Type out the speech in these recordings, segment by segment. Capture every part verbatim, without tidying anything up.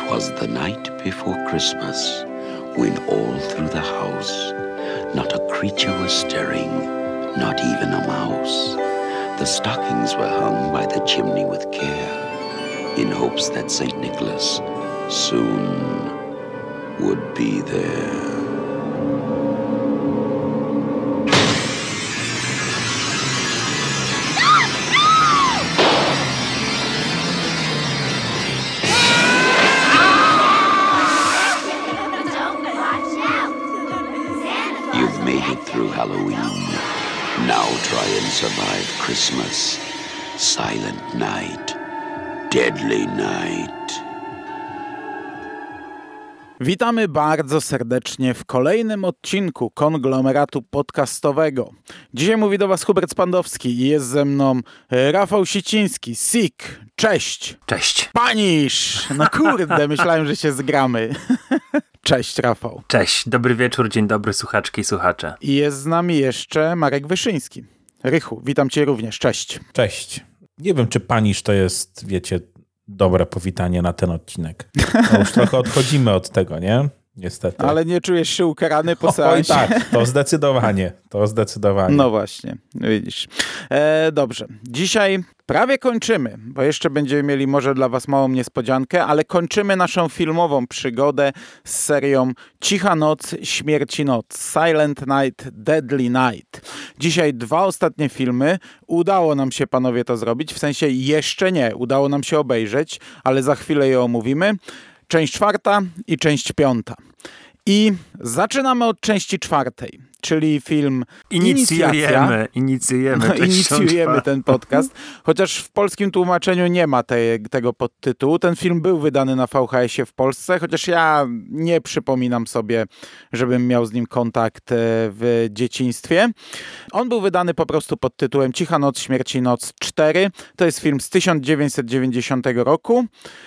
'Twas the night before Christmas, when all through the house not a creature was stirring, not even a mouse. The stockings were hung by the chimney with care, in hopes that Saint Nicholas soon would be there. You've made it through Halloween. Now try and survive Christmas. Silent night. Deadly night. Witamy bardzo serdecznie w kolejnym odcinku konglomeratu podcastowego. Dzisiaj mówi do Was Hubert Spandowski i jest ze mną Rafał Siciński. Sik, cześć. Cześć. Panisz. No kurde, myślałem, że się zgramy. Cześć, Rafał. Cześć, dobry wieczór, dzień dobry słuchaczki i słuchacze. I jest z nami jeszcze Marek Wyszyński. Rychu, witam Cię również, cześć. Cześć. Nie wiem, czy panisz to jest, wiecie, dobre powitanie na ten odcinek. No już trochę odchodzimy od tego, nie? Niestety. Ale nie czujesz się ukarany po Oj, seansie? tak, to zdecydowanie, to zdecydowanie. No właśnie, widzisz. E, dobrze, dzisiaj prawie kończymy, bo jeszcze będziemy mieli może dla Was małą niespodziankę, ale kończymy naszą filmową przygodę z serią Cicha Noc, Śmierci Noc, Silent Night, Deadly Night. Dzisiaj dwa ostatnie filmy. Udało nam się, panowie, to zrobić, w sensie jeszcze nie, udało nam się obejrzeć, ale za chwilę je omówimy. Część czwarta i część piąta. I zaczynamy od części czwartej, czyli film Inicjujemy, inicjujemy, no, inicjujemy ten podcast, chociaż w polskim tłumaczeniu nie ma tej, tego podtytułu. Ten film był wydany na V H S-ie w Polsce, chociaż ja nie przypominam sobie, żebym miał z nim kontakt w dzieciństwie. On był wydany po prostu pod tytułem Cicha Noc, Śmierci Noc cztery. To jest film z tysiąc dziewięćset dziewięćdziesiątego roku.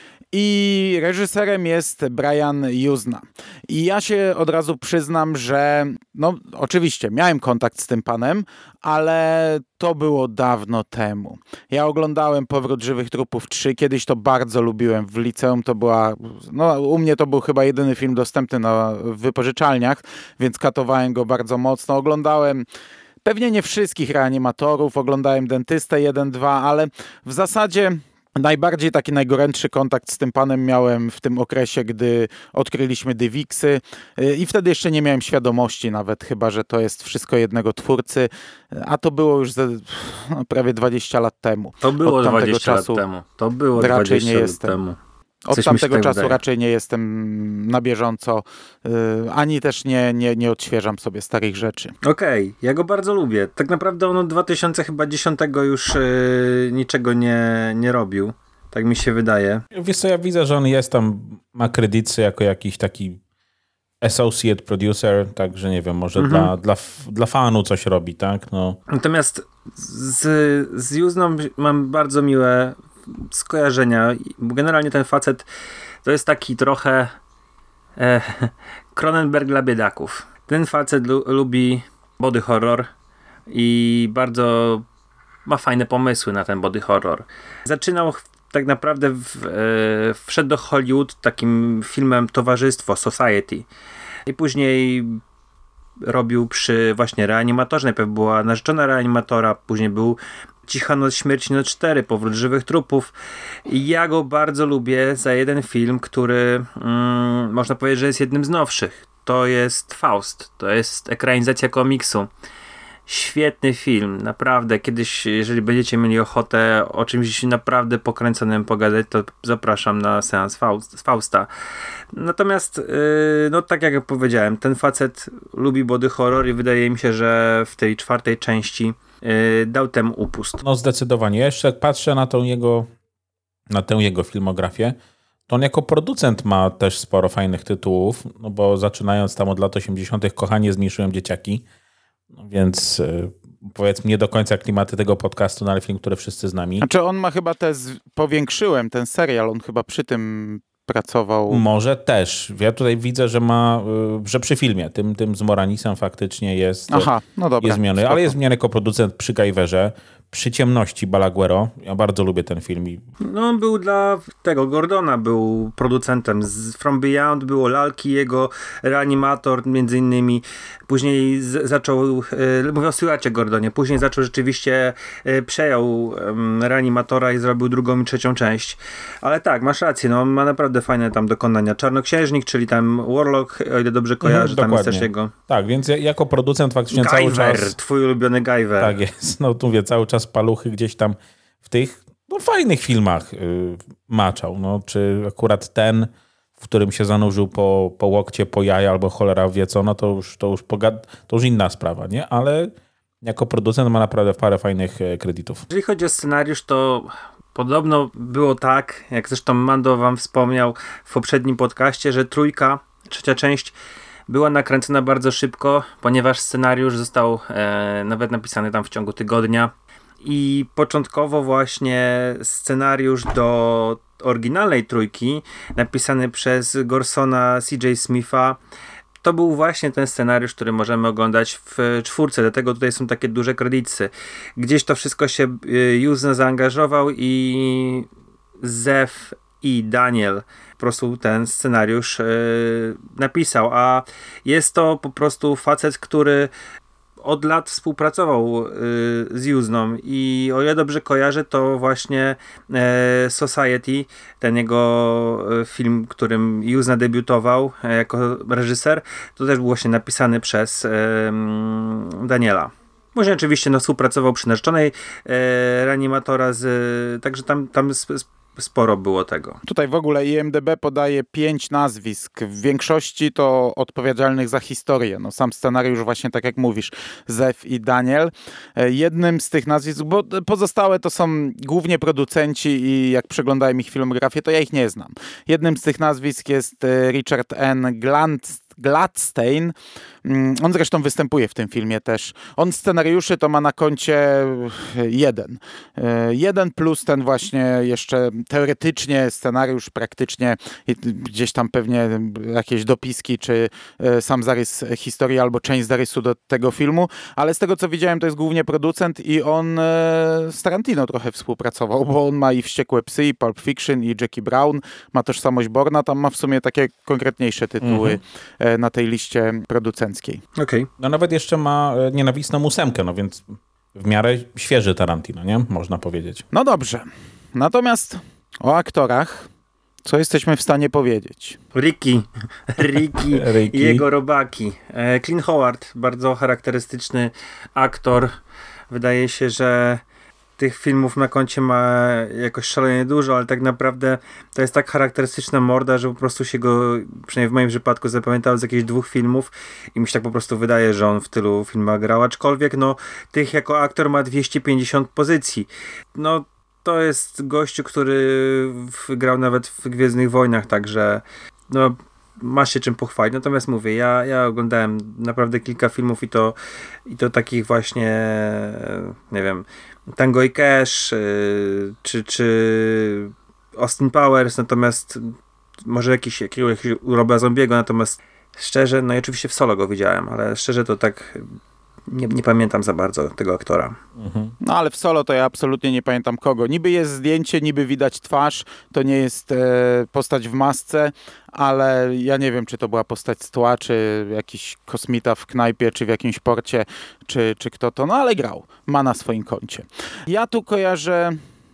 I reżyserem jest Brian Yuzna. I ja się od razu przyznam, że no oczywiście miałem kontakt z tym panem, ale to było dawno temu. Ja oglądałem Powrót Żywych Trupów trzy, kiedyś to bardzo lubiłem. W liceum to była, no u mnie to był chyba jedyny film dostępny na wypożyczalniach, więc katowałem go bardzo mocno. Oglądałem pewnie nie wszystkich Reanimatorów, oglądałem Dentystę jeden dwa, ale w zasadzie najbardziej taki najgorętszy kontakt z tym panem miałem w tym okresie, gdy odkryliśmy Dywiksy i wtedy jeszcze nie miałem świadomości nawet, chyba że to jest wszystko jednego twórcy, a to było już ze, no, prawie dwadzieścia lat temu. To było dwadzieścia lat temu. To było dwadzieścia lat temu. Od Coś tamtego tak czasu wydaje. raczej nie jestem na bieżąco, yy, ani też nie, nie, nie odświeżam sobie starych rzeczy. Okej, okay, ja go bardzo lubię. Tak naprawdę on od dwa tysiące dziesiątego już yy, niczego nie, nie robił. Tak mi się wydaje. Wiesz co, ja widzę, że on jest tam, ma kredyty jako jakiś taki associate producer, także nie wiem, może mhm. dla, dla, dla fanu coś robi, tak? No. Natomiast z, z Yuzną mam bardzo miłe skojarzenia, bo generalnie ten facet to jest taki trochę e, Cronenberg dla biedaków. Ten facet lu, lubi body horror i bardzo ma fajne pomysły na ten body horror. Zaczynał tak naprawdę w, e, wszedł do Hollywood takim filmem Towarzystwo, Society, i później robił przy właśnie Reanimatorze. Najpierw była Narzeczona Reanimatora, później był Cicha Noc, Śmierci Noc cztery, Powrót Żywych Trupów. I ja go bardzo lubię za jeden film, który mm, można powiedzieć, że jest jednym z nowszych. To jest Faust. To jest ekranizacja komiksu. Świetny film, naprawdę. Kiedyś, jeżeli będziecie mieli ochotę o czymś naprawdę pokręconym pogadać, to zapraszam na seans Faust, Fausta. Natomiast, yy, no tak jak powiedziałem, ten facet lubi body horror i wydaje mi się, że w tej czwartej części yy, dał temu upust. No zdecydowanie. Ja jeszcze jak patrzę na tą jego, na tę jego filmografię, to on jako producent ma też sporo fajnych tytułów, no bo zaczynając tam od lat osiemdziesiątych Kochanie, zmniejszyłem dzieciaki. No więc y, powiedzmy nie do końca klimaty tego podcastu, no ale film, który wszyscy z nami. Znaczy on ma chyba te, z... powiększyłem ten serial, on chyba przy tym pracował. Może też. Ja tutaj widzę, że ma, y, że przy filmie, tym, tym z Moranisem faktycznie jest, Aha, no dobra, jest zmiany, spoko. ale jest zmiany jako producent przy Gajwerze, Przy ciemności Balaguero. Ja bardzo lubię ten film. I... No on był dla tego, Gordona był producentem. Z From Beyond było lalki, jego Reanimator między innymi. Później z, zaczął, e, mówię o Stuarcie Gordonie, później zaczął rzeczywiście, e, przejął e, Reanimatora i zrobił drugą i trzecią część. Ale tak, masz rację, no on ma naprawdę fajne tam dokonania. Czarnoksiężnik, czyli tam Warlock, o ile dobrze kojarzę, mhm, tam jest też jego. Tak, więc ja, jako producent faktycznie Guyver, cały czas... twój ulubiony Guyver. Tak jest, no tu mówię, cały czas paluchy gdzieś tam w tych no, fajnych filmach yy, maczał. No, czy akurat ten, w którym się zanurzył po, po łokcie, po jaja albo cholera wie co, no to już, to już, pogad- to już inna sprawa, nie? Ale jako producent ma naprawdę parę fajnych e, kredytów. Jeżeli chodzi o scenariusz, to podobno było tak, jak zresztą Mando wam wspomniał w poprzednim podcaście, że trójka, trzecia część była nakręcona bardzo szybko, ponieważ scenariusz został e, nawet napisany tam w ciągu tygodnia i początkowo właśnie scenariusz do oryginalnej trójki napisany przez Gorsona C J Smitha to był właśnie ten scenariusz, który możemy oglądać w czwórce, dlatego tutaj są takie duże kredyty. Gdzieś to wszystko się Józef zaangażował i Zew i Daniel po prostu ten scenariusz yy, napisał, a jest to po prostu facet, który od lat współpracował yy, z Józną i o ile dobrze kojarzę, to właśnie yy, Society, ten jego yy, film, którym Józna debiutował yy, jako reżyser, to też był właśnie napisany przez yy, Daniela. Później oczywiście no, współpracował przy Narzeczonej yy, Reanimatora, z, yy, także tam, tam z, z, sporo było tego. Tutaj w ogóle I M D B podaje pięć nazwisk. W większości to odpowiedzialnych za historię. No, sam scenariusz właśnie tak jak mówisz, Zew i Daniel. Jednym z tych nazwisk, bo pozostałe to są głównie producenci i jak przeglądałem ich filmografię, to ja ich nie znam. Jednym z tych nazwisk jest Richard N. Glant Gladstein. On zresztą występuje w tym filmie też. On scenariuszy to ma na koncie jeden. Jeden plus ten właśnie jeszcze teoretycznie scenariusz, praktycznie gdzieś tam pewnie jakieś dopiski, czy sam zarys historii, albo część zarysu do tego filmu, ale z tego co widziałem to jest głównie producent i on z Tarantino trochę współpracował, bo on ma i Wściekłe psy, i Pulp Fiction, i Jackie Brown, ma Tożsamość Borna, tam ma w sumie takie konkretniejsze tytuły mhm. na tej liście producenckiej. Okej. Okay. No nawet jeszcze ma Nienawistną ósemkę, no więc w miarę świeży Tarantino, nie? Można powiedzieć. No dobrze. Natomiast o aktorach co jesteśmy w stanie powiedzieć? Ricky. Ricky i jego robaki. Clint Howard, bardzo charakterystyczny aktor. Wydaje się, że tych filmów na koncie ma jakoś szalenie dużo, ale tak naprawdę to jest tak charakterystyczna morda, że po prostu się go, przynajmniej w moim przypadku, zapamiętał z jakichś dwóch filmów i mi się tak po prostu wydaje, że on w tylu filmach grał, aczkolwiek no tych jako aktor ma dwieście pięćdziesiąt pozycji. No to jest gościu, który grał nawet w Gwiezdnych Wojnach, także no ma się czym pochwalić. Natomiast mówię, ja, ja oglądałem naprawdę kilka filmów i to, i to takich właśnie, nie wiem, Tango i Cash, yy, czy, czy Austin Powers, natomiast może jakiś, jakiegoś Roba Zombiego, natomiast szczerze, no i oczywiście w Solo go widziałem, ale szczerze to tak nie, nie pamiętam za bardzo tego aktora. Mhm. No ale w Solo to ja absolutnie nie pamiętam kogo. Niby jest zdjęcie, niby widać twarz, to nie jest e, postać w masce, ale ja nie wiem, czy to była postać z tła, czy jakiś kosmita w knajpie, czy w jakimś porcie, czy, czy kto to, no ale grał. Ma na swoim koncie. Ja tu kojarzę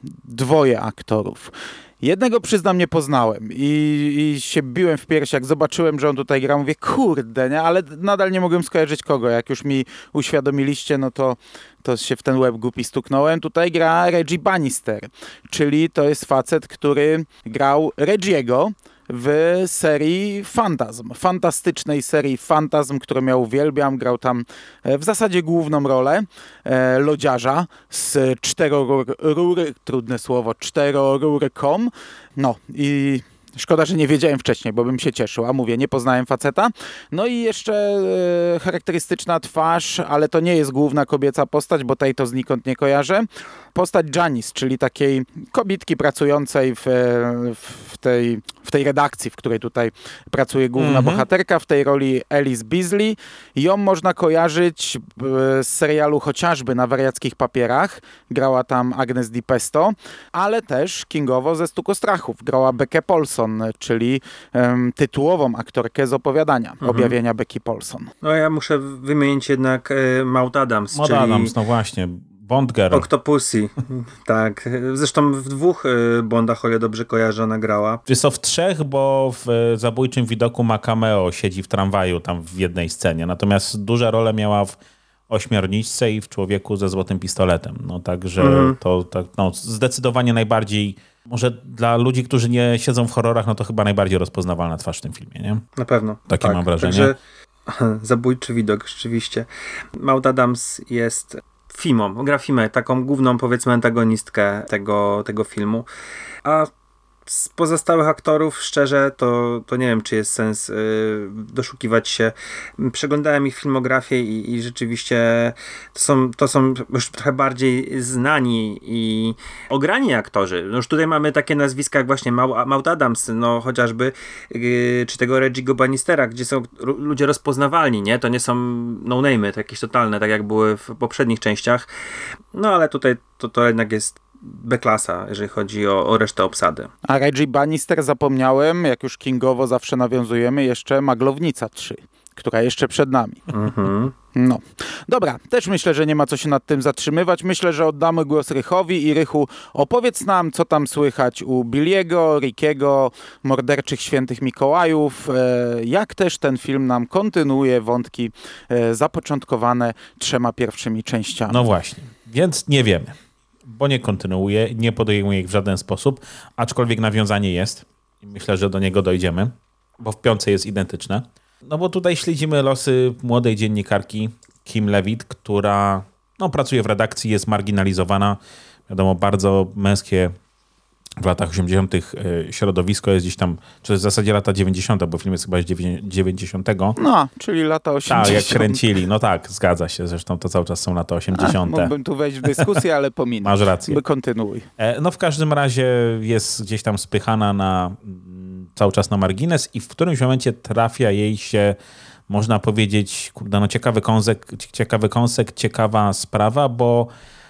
dwoje aktorów. Jednego, przyznam, nie poznałem i, i się biłem w piersi, jak zobaczyłem, że on tutaj gra, mówię, kurde, nie? Ale nadal nie mogłem skojarzyć kogo. Jak już mi uświadomiliście, no to, to się w ten łeb głupi stuknąłem. Tutaj gra Reggie Bannister, czyli to jest facet, który grał Reggiego w serii Fantasm, fantastycznej serii Fantasm, którą ja uwielbiam. Grał tam w zasadzie główną rolę e, lodziarza z czterorury, trudne słowo, czterorurką. No i Szkoda, że nie wiedziałem wcześniej, bo bym się cieszył, a mówię, nie poznałem faceta. No i jeszcze e, charakterystyczna twarz, ale to nie jest główna kobieca postać, bo tej to znikąd nie kojarzę. Postać Janice, czyli takiej kobietki pracującej w, w, tej, w tej redakcji, w której tutaj pracuje główna mm-hmm. bohaterka, w tej roli Alice Beasley. Ją można kojarzyć z serialu chociażby Na wariackich papierach. Grała tam Agnes Di Pesto, ale też kingowo ze Stu Kostrachów. Grała Beckę Paulson, czyli um, tytułową aktorkę z opowiadania, mhm. Objawienia Becky Paulson. No ja muszę wymienić jednak e, Maud Adams. Maud czyli... Adams, no właśnie. Bond Girl. Octopussy, tak. Zresztą w dwóch y, Bondach, o ile dobrze kojarzę, ona grała. Jest to w trzech, bo w Zabójczym widoku ma cameo, siedzi w tramwaju tam w jednej scenie. Natomiast duże role miała w Ośmiorniczce i w Człowieku ze złotym pistoletem. No także mm. to tak, no, zdecydowanie najbardziej, może dla ludzi, którzy nie siedzą w horrorach, no to chyba najbardziej rozpoznawalna twarz w tym filmie, nie? Na pewno. Takie tak, mam wrażenie. Także Zabójczy widok, rzeczywiście. Maud Adams jest Fimą, gra Fimę, taką główną, powiedzmy, antagonistkę tego, tego filmu. A z pozostałych aktorów, szczerze, to, to nie wiem, czy jest sens yy, doszukiwać się. Przeglądałem ich filmografię i, i rzeczywiście to są, to są już trochę bardziej znani i ograni aktorzy. No już tutaj mamy takie nazwiska jak właśnie Maud Adams, no chociażby, yy, czy tego Reggie'ego Bannistera, gdzie są r- ludzie rozpoznawalni, nie? To nie są no-name'y, to jakieś totalne, tak jak były w poprzednich częściach. No ale tutaj to, to jednak jest B-klasa, jeżeli chodzi o, o resztę obsady. A Reggie Bannister zapomniałem, jak już kingowo zawsze nawiązujemy, jeszcze Maglownica trzy, która jeszcze przed nami. Mhm. No. Dobra, też myślę, że nie ma co się nad tym zatrzymywać. Myślę, że oddamy głos Rychowi i Rychu, opowiedz nam, co tam słychać u Billiego, Rickiego, Morderczych Świętych Mikołajów, jak też ten film nam kontynuuje wątki zapoczątkowane trzema pierwszymi częściami. No właśnie, więc nie wiemy. Bo nie kontynuuje, nie podejmuje ich w żaden sposób, aczkolwiek nawiązanie jest. Myślę, że do niego dojdziemy, bo w piątce jest identyczne. No bo tutaj śledzimy losy młodej dziennikarki Kim Levitt, która no, pracuje w redakcji, jest marginalizowana. Wiadomo, bardzo męskie w latach osiemdziesiątych środowisko jest gdzieś tam, czy w zasadzie lata dziewięćdziesiąte, bo film jest chyba z dziewięćdziesiątego. No, czyli lata osiemdziesiąte. Tak, jak kręcili. No tak, zgadza się. Zresztą to cały czas są lata osiemdziesiąte. Mógłbym tu wejść w dyskusję, ale pominę. Masz rację. By kontynuuj. No w każdym razie jest gdzieś tam spychana na cały czas na margines i w którymś momencie trafia jej się, można powiedzieć, kurde, no ciekawy kąsek, ciekawy kąsek, ciekawa sprawa, bo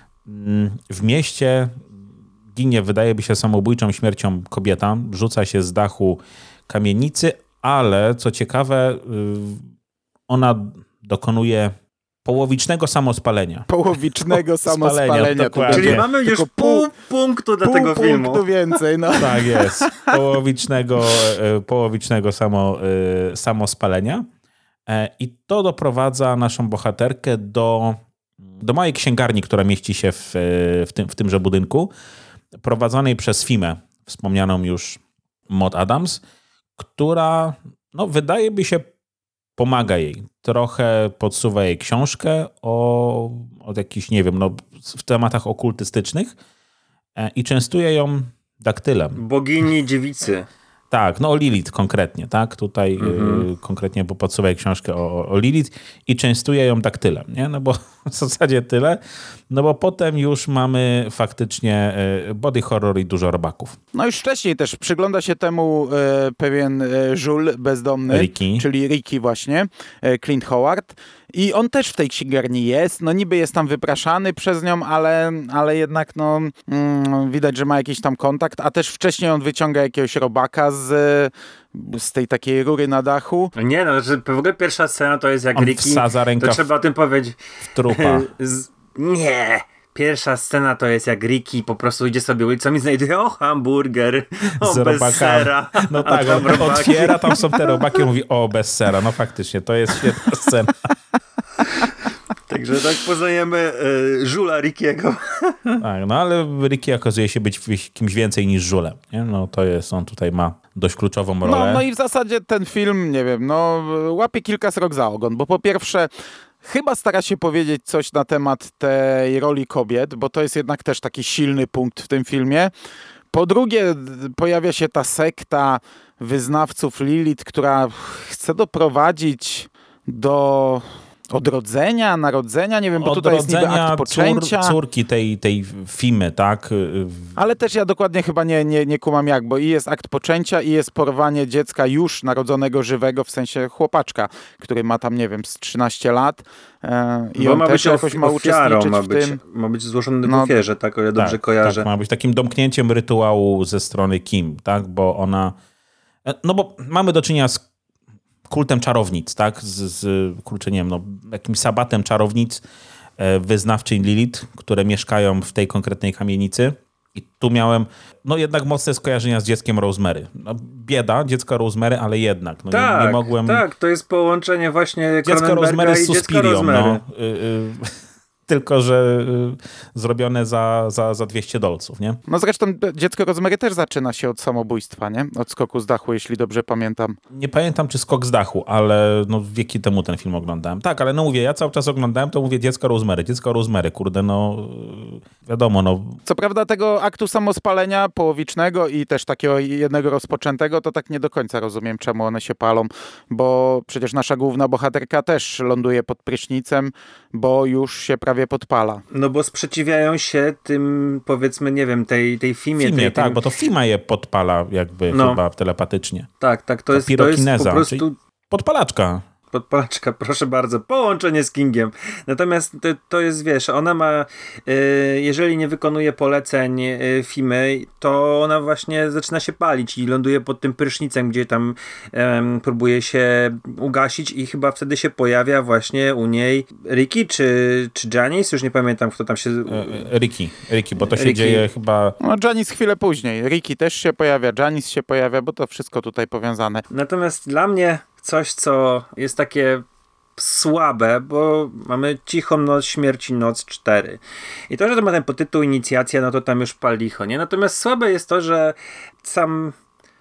w mieście ginie, wydaje by się, samobójczą śmiercią kobieta, rzuca się z dachu kamienicy, ale co ciekawe, ona dokonuje połowicznego samospalenia. Połowicznego samospalenia. Czyli mamy już pół, pół punktu do pół tego punktu filmu. Punktu więcej, no. Tak jest. Połowicznego, połowicznego samo, samospalenia. I to doprowadza naszą bohaterkę do, do małej księgarni, która mieści się w, w, tym, w tymże budynku, prowadzonej przez Fimę, wspomnianą już Maud Adams, która no, wydaje by się pomaga jej. Trochę podsuwa jej książkę o, o jakichś, nie wiem, no, w tematach okultystycznych i częstuje ją daktylem. Bogini dziewicy. Tak, no o Lilith konkretnie, tak? Tutaj mhm. y, konkretnie podsuwa jej książkę o, o Lilith i częstuje ją daktylem, nie? No bo w zasadzie tyle. No bo potem już mamy faktycznie y, body horror i dużo robaków. No już wcześniej też przygląda się temu e, pewien e, żul bezdomny, Ricky. czyli Ricky właśnie, e, Clint Howard. I on też w tej księgarni jest, no niby jest tam wypraszany przez nią, ale, ale jednak no mm, widać, że ma jakiś tam kontakt, a też wcześniej on wyciąga jakiegoś robaka z, z tej takiej rury na dachu. Nie no, że w ogóle pierwsza scena to jest jak on Ricky, wsadza rękę to trzeba o tym powiedzieć. W trupa. z, nie! Pierwsza scena to jest jak Ricky po prostu idzie sobie ulicą i znajduje o hamburger, o z bez robakami. sera. No tak, on otwiera, tam są te robaki i mówi o bez sera. No faktycznie, to jest świetna scena. Także tak poznajemy y, żula Rickiego. Tak, no ale Ricky okazuje się być kimś więcej niż żulem. Nie? No to jest, on tutaj ma dość kluczową rolę. No, no i w zasadzie ten film, nie wiem, no łapie kilka srok za ogon, bo po pierwsze chyba stara się powiedzieć coś na temat tej roli kobiet, bo to jest jednak też taki silny punkt w tym filmie. Po drugie, pojawia się ta sekta wyznawców Lilith, która chce doprowadzić do odrodzenia, narodzenia, nie wiem, bo tutaj jest niby akt poczęcia. Cór, córki tej, tej Fimy, tak? Ale też ja dokładnie chyba nie, nie, nie kumam jak, bo i jest akt poczęcia i jest porwanie dziecka już narodzonego żywego, w sensie chłopaczka, który ma tam, nie wiem, z trzynaście lat e, i bo on ma też być jakoś ma uczestniczyć ma w być, tym. Ma być złożony No, w ofierze, tak? O ile dobrze tak, kojarzę. Tak, ma być takim domknięciem rytuału ze strony Kim, tak? Bo ona... No bo mamy do czynienia z kultem czarownic, tak? Z, z kurczę, nie wiem, no, jakimś sabatem czarownic e, wyznawczyń Lilith, które mieszkają w tej konkretnej kamienicy. I tu miałem, no jednak mocne skojarzenia z dzieckiem Rosemary. No, bieda, dziecko Rosemary, ale jednak. No, tak, nie, nie mogłem... tak, to jest połączenie właśnie dziecko Rosemary z i dziecka Suspirią, Rosemary. no. Y, y, tylko że y, zrobione za, za, za dwieście dolców, nie? No zresztą dziecko Rosemary też zaczyna się od samobójstwa, nie? Od skoku z dachu, jeśli dobrze pamiętam. Nie pamiętam, czy Skok z dachu, ale no wieki temu ten film oglądałem. Tak, ale no mówię, ja cały czas oglądałem, to mówię dziecko Rosemary, dziecko Rosemary, kurde, no wiadomo, no. Co prawda tego aktu samospalenia połowicznego i też takiego jednego rozpoczętego, to tak nie do końca rozumiem, czemu one się palą, bo przecież nasza główna bohaterka też ląduje pod prysznicem, bo już się prawie podpala. No bo sprzeciwiają się tym, powiedzmy, nie wiem, tej, tej Fimie. Fimie, tej, tak, tym... bo to Fima je podpala jakby no. chyba telepatycznie. Tak, tak, to, to jest, to jest po prostu... czyli podpalaczka. Podpalaczka, proszę bardzo, połączenie z Kingiem. Natomiast to, to jest, wiesz, ona ma, y, jeżeli nie wykonuje poleceń y, Fimy, to ona właśnie zaczyna się palić i ląduje pod tym prysznicem, gdzie tam y, próbuje się ugasić i chyba wtedy się pojawia właśnie u niej Ricky czy, czy Janice, już nie pamiętam, kto tam się... E, Ricky, Ricky, bo to się Ricky. dzieje chyba... No Janice chwilę później. Ricky też się pojawia, Janice się pojawia, bo to wszystko tutaj powiązane. Natomiast dla mnie coś, co jest takie słabe, bo mamy Cichą Noc Śmierci Noc cztery. I to, że to ma ten podtytuł Inicjacja, no to tam już pal licho, nie? Natomiast słabe jest to, że sam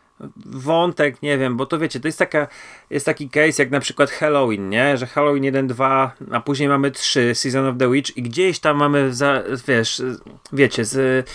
wątek, nie wiem, bo to wiecie, to jest taka, jest taki case jak na przykład Halloween, nie? Że Halloween jeden, dwa, a później mamy trzy, Season of the Witch i gdzieś tam mamy, za, wiesz, wiecie, z,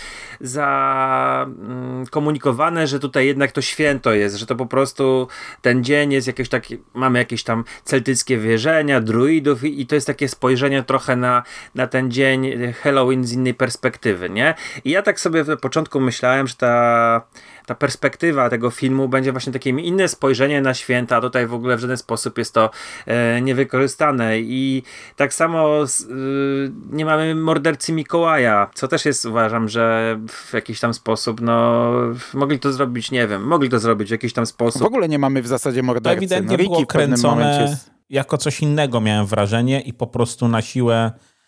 za mm, komunikowane, że tutaj jednak to święto jest, że to po prostu ten dzień jest jakiś taki, mamy jakieś tam celtyckie wierzenia, druidów i, i to jest takie spojrzenie trochę na, na ten dzień Halloween z innej perspektywy, nie? I ja tak sobie na początku myślałem, że ta ta perspektywa tego filmu będzie właśnie takie inne spojrzenie na święta, a tutaj w ogóle w żaden sposób jest to e, niewykorzystane i tak samo z, e, nie mamy mordercy Mikołaja, co też jest, uważam, że w jakiś tam sposób, no mogli to zrobić, nie wiem, mogli to zrobić w jakiś tam sposób. W ogóle nie mamy w zasadzie mordercy. To ewidentnie no, było Ricky w pewnym momencie kręcone jest... jako coś innego, miałem wrażenie i po prostu na siłę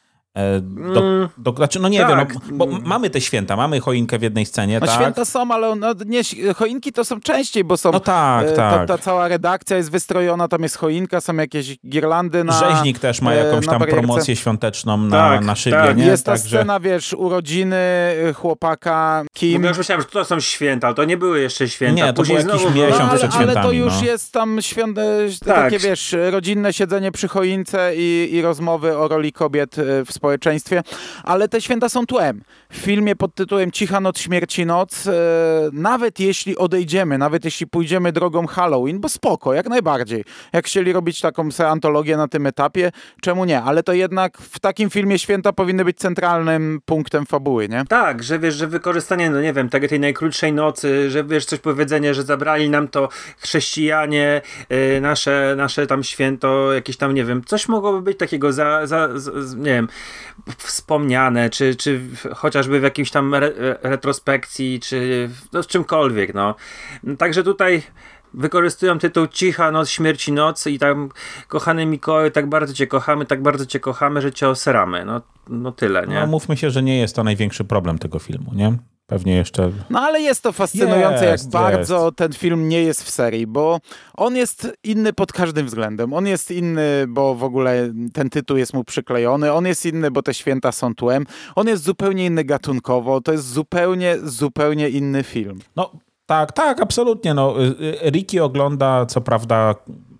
Do, do, znaczy, no nie tak. wiem, no, bo mamy te święta, mamy choinkę w jednej scenie, no tak? Święta są, ale no, nie, choinki to są częściej, bo są... No tak, e, tak. Ta, ta cała redakcja jest wystrojona, tam jest choinka, są jakieś girlandy na... Rzeźnik też ma jakąś tam barierce. promocję świąteczną na, tak, na szybie, tak. nie? Jest ta Także... scena, wiesz, urodziny chłopaka Kim. Ja już myślałem, że to są święta, ale to nie były jeszcze święta. Nie, to Później był jakiś znowu miesiąc No, ale, przed ale to świętami, już no. jest tam świąt... Tak. takie, wiesz, rodzinne siedzenie przy choince i, i rozmowy o roli kobiet w społeczeństwie, ale te święta są tłem. W filmie pod tytułem Cicha Noc Śmierci Noc, e, nawet jeśli odejdziemy, nawet jeśli pójdziemy drogą Halloween, bo spoko, jak najbardziej. Jak chcieli robić taką antologię na tym etapie, czemu nie? Ale to jednak w takim filmie święta powinny być centralnym punktem fabuły, nie? Tak, że wiesz, że wykorzystanie, no nie wiem, tego, tej najkrótszej nocy, że wiesz, coś powiedzenie, że zabrali nam to chrześcijanie, yy, nasze, nasze tam święto, jakieś tam, nie wiem, coś mogłoby być takiego za, za, za nie wiem, wspomniane, czy, czy chociażby w jakimś tam re, retrospekcji, czy no, w czymkolwiek, no. Także tutaj wykorzystują tytuł Cicha Noc Śmierci Noc i tam kochany Mikołaju, tak bardzo cię kochamy, tak bardzo cię kochamy, że cię osramy. No, no tyle, nie? No mówmy się, że nie jest to największy problem tego filmu, nie? Pewnie jeszcze... No ale jest to fascynujące, jest, jak bardzo jest. ten film nie jest w serii, bo on jest inny pod każdym względem. On jest inny, bo w ogóle ten tytuł jest mu przyklejony. On jest inny, bo te święta są tłem. On jest zupełnie inny gatunkowo. To jest zupełnie, zupełnie inny film. No tak, tak, absolutnie. No, Ricky ogląda co prawda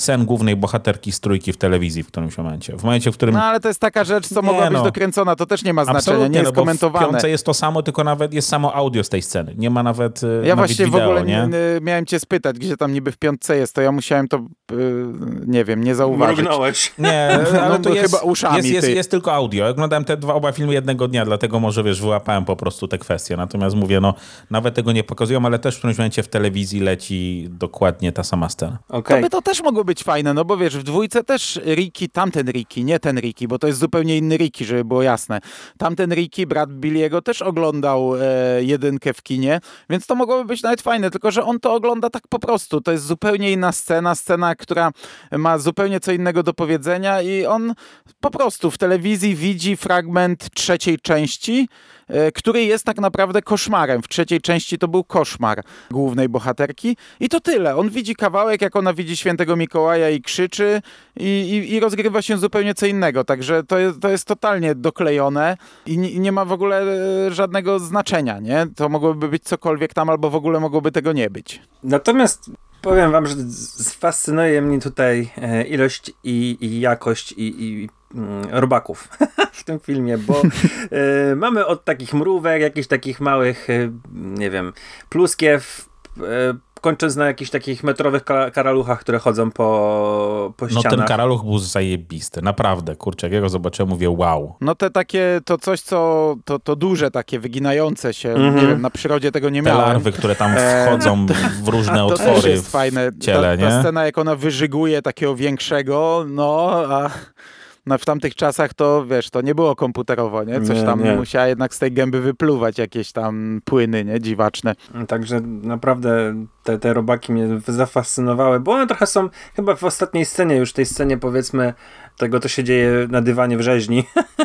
sen głównej bohaterki z Trójki w telewizji w którymś momencie. W momencie, w którym... No ale to jest taka rzecz, co Nie, mogła być no. dokręcona, to też nie ma znaczenia, Absolutnie, nie jest no bo komentowane. w Piątce jest to samo, tylko nawet jest samo audio z tej sceny. Nie ma nawet Ja nawet właśnie wideo, w ogóle nie? nie, miałem cię spytać, gdzie tam niby w Piątce jest, to ja musiałem to, yy, nie wiem, nie zauważyć. Mrugnąłeś. Nie, ale No, to bo jest, chyba uszami, jest, jest, ty. jest tylko audio. Ja oglądałem te dwa oba filmy jednego dnia, dlatego może, wiesz, wyłapałem po prostu te kwestie. Natomiast mówię, no, nawet tego nie pokazują, ale też w którymś momencie w telewizji leci dokładnie ta sama scena. To Okej. by to też mogło być fajne, no bo wiesz, w dwójce też Ricky, tamten Ricky, nie ten Ricky, bo to jest zupełnie inny Ricky, żeby było jasne. Tamten Ricky, brat Billy'ego, też oglądał e, jedynkę w kinie, więc to mogłoby być nawet fajne, tylko że on to ogląda tak po prostu. To jest zupełnie inna scena, scena, która ma zupełnie co innego do powiedzenia i on po prostu w telewizji widzi fragment trzeciej części, e, który jest tak naprawdę koszmarem. W trzeciej części to był koszmar głównej bohaterki i to tyle. On widzi kawałek, jak ona widzi świętego Mikołaja i krzyczy i, i, i rozgrywa się zupełnie co innego. Także to jest, to jest totalnie doklejone i nie, nie ma w ogóle e, żadnego znaczenia, nie? To mogłoby być cokolwiek tam, albo w ogóle mogłoby tego nie być. Natomiast powiem wam, że z- fascynuje mnie tutaj e, ilość i, i jakość i, i mm, robaków w tym filmie, bo e, mamy od takich mrówek, jakichś takich małych, e, nie wiem, pluskiew, e, kończąc na jakichś takich metrowych ka- karaluchach, które chodzą po, po No ścianach. ten karaluch był zajebisty, naprawdę, kurczę, jak ja go zobaczyłem, mówię wow. No te takie, to coś, co, to, to duże takie, wyginające się, Mhm. nie wiem, na przyrodzie tego nie Te miałem. larwy, które tam E, wchodzą w różne To też otwory jest fajne. w ciele, ta, ta nie? scena, jak ona wyżyguje takiego większego, no, a no, w tamtych czasach to, wiesz, to nie było komputerowo, nie? Coś Nie, tam nie. musiała jednak z tej gęby wypluwać jakieś tam płyny, nie? Dziwaczne. Także naprawdę te, te robaki mnie zafascynowały, bo one trochę są chyba w ostatniej scenie, już tej scenie powiedzmy tego, co się dzieje na dywanie w rzeźni,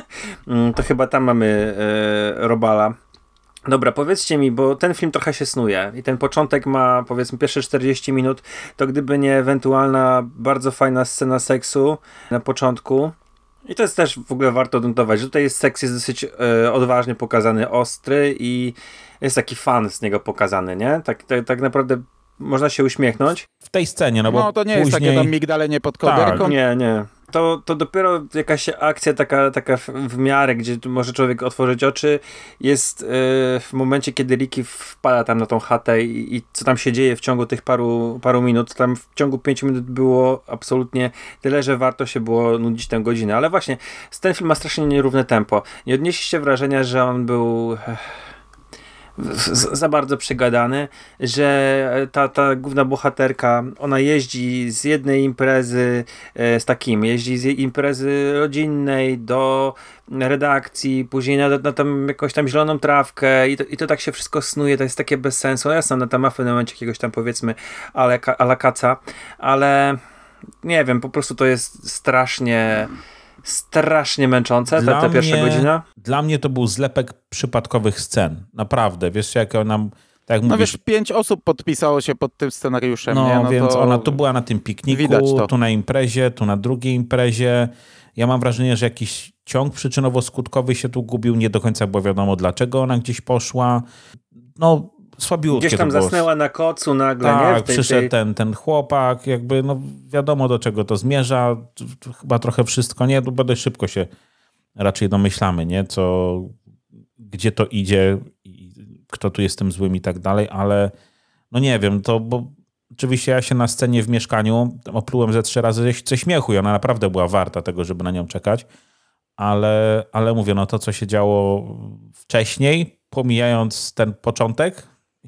to chyba tam mamy e, robala. Dobra, powiedzcie mi, bo ten film trochę się snuje i ten początek ma, powiedzmy, pierwsze czterdzieści minut, to gdyby nie ewentualna bardzo fajna scena seksu na początku, i to jest też w ogóle warto odnotować, że tutaj jest seks jest dosyć e, odważnie pokazany, ostry i jest taki fan z niego pokazany, nie? Tak, tak, tak naprawdę można się uśmiechnąć. W tej scenie, no bo No to nie później... jest takie tam migdalenie pod koderką. Tak, Nie, nie. To, to dopiero jakaś akcja taka, taka w, w miarę, gdzie tu może człowiek otworzyć oczy, jest yy, w momencie, kiedy Ricky wpada tam na tą chatę i, i co tam się dzieje w ciągu tych paru, paru minut. Tam w ciągu pięciu minut było absolutnie tyle, że warto się było nudzić tę godzinę. Ale właśnie, ten film ma strasznie nierówne tempo. Nie odnieśliście wrażenia, że on był... Z, za bardzo przegadany, że ta, ta główna bohaterka, ona jeździ z jednej imprezy e, z takim, jeździ z imprezy rodzinnej do redakcji, później na, na tam jakąś tam zieloną trawkę i to, i to tak się wszystko snuje, to jest takie bez sensu. Jasno, na tam ma w pewnym momencie jakiegoś tam powiedzmy ale, ala kaca, ale nie wiem, po prostu to jest strasznie strasznie męczące, ta, ta pierwsza mnie, godzina. Dla mnie to był zlepek przypadkowych scen. Naprawdę. Wiesz, jak nam... Tak jak No mówisz, wiesz, pięć osób podpisało się pod tym scenariuszem, no, nie? No więc to... ona tu była na tym pikniku, Widać to. tu na imprezie, tu na drugiej imprezie. Ja mam wrażenie, że jakiś ciąg przyczynowo-skutkowy się tu gubił. Nie do końca było wiadomo, dlaczego ona gdzieś poszła. No, słabiutkie Gdzieś tam to było. zasnęła na kocu nagle, Tak, nie? W tej, przyszedł tej... ten, ten chłopak, jakby no wiadomo do czego to zmierza, t- t- chyba trochę wszystko, nie? Tu dość szybko się raczej domyślamy, nie? Co, gdzie to idzie, i kto tu jest tym złym i tak dalej, ale no nie wiem, to bo oczywiście ja się na scenie w mieszkaniu oplułem ze trzy razy ze śmiechu i ona naprawdę była warta tego, żeby na nią czekać, ale, ale mówię, no to co się działo wcześniej, pomijając ten początek,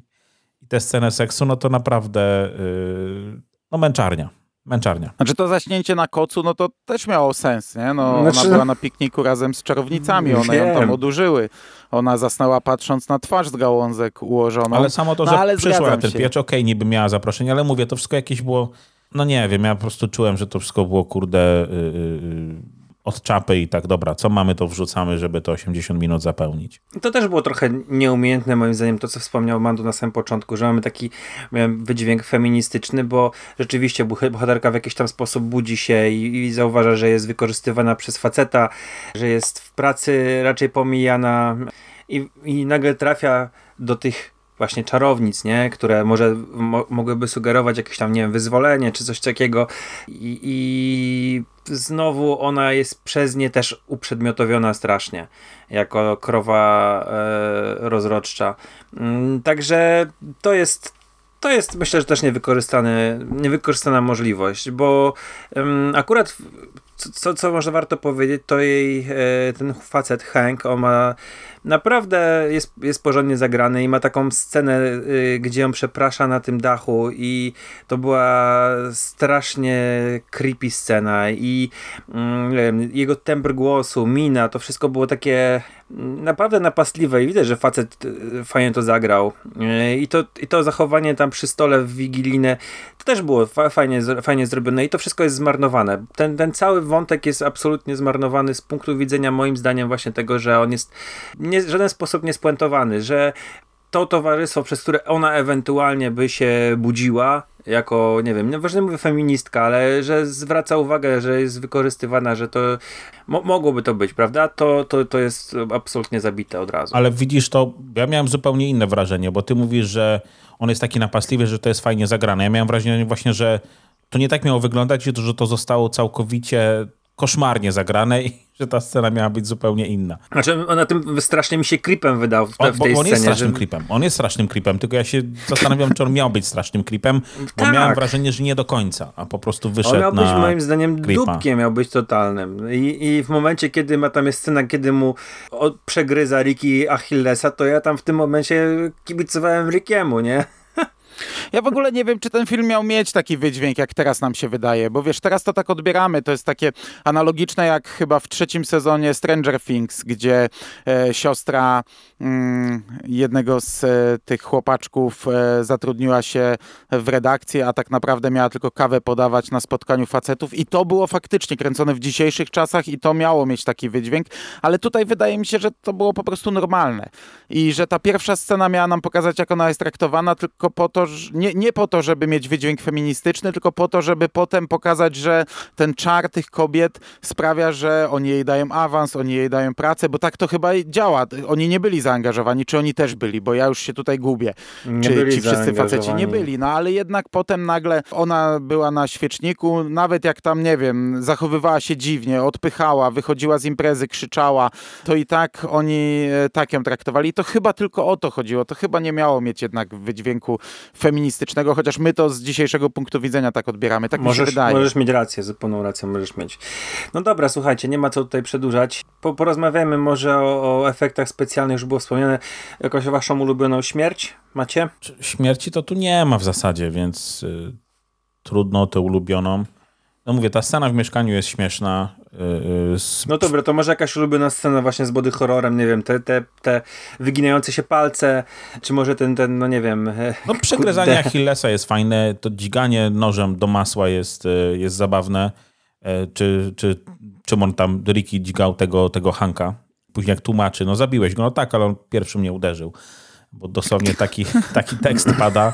tę scenę seksu, no to naprawdę yy, no męczarnia. Męczarnia. Znaczy to zaśnięcie na kocu, no to też miało sens, nie? No, Znaczy- ona była na pikniku razem z czarownicami, one ją tam Wiem. odurzyły. Ona zasnęła patrząc na twarz z gałązek ułożoną. Ale samo to, No, że ale przyszła na zgadzam ten się. piecz, okej, niby miała zaproszenie, ale mówię, to wszystko jakieś było, no nie wiem, ja po prostu czułem, że to wszystko było, kurde, yy, yy, od czapy i tak, dobra, co mamy, to wrzucamy, żeby to osiemdziesiąt minut zapełnić. To też było trochę nieumiejętne moim zdaniem to, co wspomniał Mandu na samym początku, że mamy taki miałem, wydźwięk feministyczny, bo rzeczywiście boh- bohaterka w jakiś tam sposób budzi się i, i zauważa, że jest wykorzystywana przez faceta, że jest w pracy raczej pomijana i, i nagle trafia do tych właśnie czarownic, nie? Które może mo- mogłyby sugerować jakieś tam, nie wiem, wyzwolenie czy coś takiego i, i znowu ona jest przez nie też uprzedmiotowiona strasznie jako krowa e, rozrodcza. Mm, także to jest To jest, myślę, że też niewykorzystany, niewykorzystana możliwość, bo um, akurat co, co może warto powiedzieć, to jej e, ten facet Hank, on ma naprawdę jest, jest porządnie zagrany i ma taką scenę, y, gdzie ją przeprasza na tym dachu i to była strasznie creepy scena i mm, nie wiem, jego tembr głosu, mina, to wszystko było takie naprawdę napastliwe i widać, że facet y, fajnie to zagrał y, i, to, i to zachowanie tam przy stole w wigilijne to też było fa- fajnie, fajnie zrobione i to wszystko jest zmarnowane. Ten, ten cały wątek jest absolutnie zmarnowany z punktu widzenia moim zdaniem właśnie tego, że on jest nie, w żaden sposób niespuentowany, że to towarzystwo, przez które ona ewentualnie by się budziła, jako, nie wiem, nieważne mówię feministka, ale że zwraca uwagę, że jest wykorzystywana, że to mo- mogłoby to być, prawda? To, to, to jest absolutnie zabite od razu. Ale widzisz to, ja miałem zupełnie inne wrażenie, bo ty mówisz, że on jest taki napastliwy, że to jest fajnie zagrane. Ja miałem wrażenie właśnie, że to nie tak miało wyglądać, że to zostało całkowicie koszmarnie zagrane i że ta scena miała być zupełnie inna. Znaczy, on na tym strasznie mi się creepem wydał w, on, w tej on scenie. jest strasznym że... creepem. On jest strasznym creepem, tylko ja się zastanawiam, czy on miał być strasznym creepem, bo tak. miałem wrażenie, że nie do końca, a po prostu wyszedł on miał na być moim zdaniem creepa. dupkiem, miał być totalnym. I, I w momencie, kiedy ma tam jest scena, kiedy mu od, przegryza Ricky Achillesa, to ja tam w tym momencie kibicowałem Rickiemu, nie? Ja w ogóle nie wiem, czy ten film miał mieć taki wydźwięk, jak teraz nam się wydaje, bo wiesz, teraz to tak odbieramy, to jest takie analogiczne jak chyba w trzecim sezonie Stranger Things, gdzie e, siostra mm, jednego z e, tych chłopaczków e, zatrudniła się w redakcji, a tak naprawdę miała tylko kawę podawać na spotkaniu facetów i to było faktycznie kręcone w dzisiejszych czasach i to miało mieć taki wydźwięk, ale tutaj wydaje mi się, że to było po prostu normalne i że ta pierwsza scena miała nam pokazać, jak ona jest traktowana, tylko po to, Nie, nie po to, żeby mieć wydźwięk feministyczny, tylko po to, żeby potem pokazać, że ten czar tych kobiet sprawia, że oni jej dają awans, oni jej dają pracę, bo tak to chyba działa. Oni nie byli zaangażowani, czy oni też byli, bo ja już się tutaj gubię. Nie czy byli ci wszyscy faceci nie byli, no ale jednak potem nagle ona była na świeczniku, nawet jak tam, nie wiem, zachowywała się dziwnie, odpychała, wychodziła z imprezy, krzyczała, to i tak oni tak ją traktowali. I to chyba tylko o to chodziło. To chyba nie miało mieć jednak wydźwięku feministycznego, chociaż my to z dzisiejszego punktu widzenia tak odbieramy. Tak możesz, mi się wydaje. Możesz mieć rację, zupełną rację możesz mieć. No dobra, słuchajcie, nie ma co tutaj przedłużać. Po, porozmawiajmy może o, o efektach specjalnych, już było wspomniane. Jakąś waszą ulubioną śmierć macie? Śmierci to tu nie ma w zasadzie, więc y, trudno tę ulubioną. No mówię, ta scena w mieszkaniu jest śmieszna. Y, y, z... No dobra, to może jakaś ulubiona scena właśnie z body horrorem, nie wiem, te, te, te wyginające się palce, czy może ten, ten no nie wiem... No przegryzanie Achillesa jest fajne, to dźganie nożem do masła jest, jest zabawne, czy, czy czym on tam, Ricky dźgał tego, tego Hanka, później jak tłumaczy, no zabiłeś go, no tak, ale on pierwszy mnie uderzył. Bo dosłownie taki, taki tekst pada.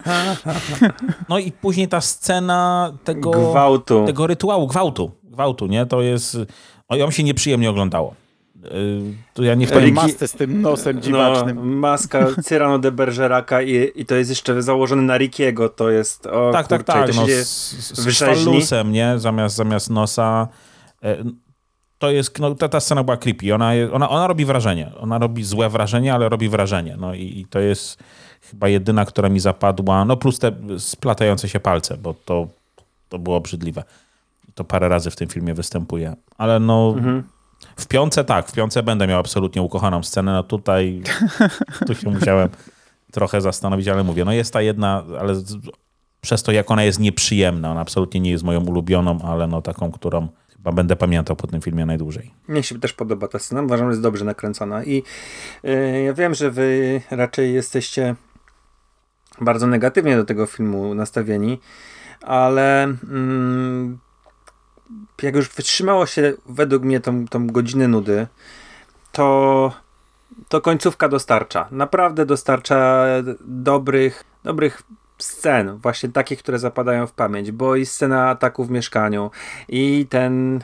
No i później ta scena tego, gwałtu. tego rytuału, gwałtu, gwałtu, nie? To jest, no ją się nieprzyjemnie oglądało. To ja nie w tej masce z tym nosem dziwacznym. No, maska Cyrano de Bergeraca i, i to jest jeszcze założone na Rickiego, to jest o, tak, kurczę, tak, tak, to no, się z, z fallusem, nie? Zamiast, zamiast nosa. To jest, no, ta, ta scena była creepy. Ona, ona, ona robi wrażenie. Ona robi złe wrażenie, ale robi wrażenie. No i, i to jest chyba jedyna, która mi zapadła. No plus te splatające się palce, bo to, to było obrzydliwe. To parę razy w tym filmie występuje. Ale no mhm. w piątce tak, w piątce będę miał absolutnie ukochaną scenę. No tutaj tu się musiałem trochę zastanowić, ale mówię, no jest ta jedna, ale z, przez to jak ona jest nieprzyjemna. Ona absolutnie nie jest moją ulubioną, ale no taką, którą chyba będę pamiętał po tym filmie najdłużej. Mnie się też podoba ta scena, uważam, że jest dobrze nakręcona i yy, ja wiem, że wy raczej jesteście bardzo negatywnie do tego filmu nastawieni, ale yy, jak już wytrzymało się według mnie tą, tą godzinę nudy, to, to końcówka dostarcza. Naprawdę dostarcza dobrych, dobrych scen, właśnie takich, które zapadają w pamięć, bo i scena ataku w mieszkaniu, i ten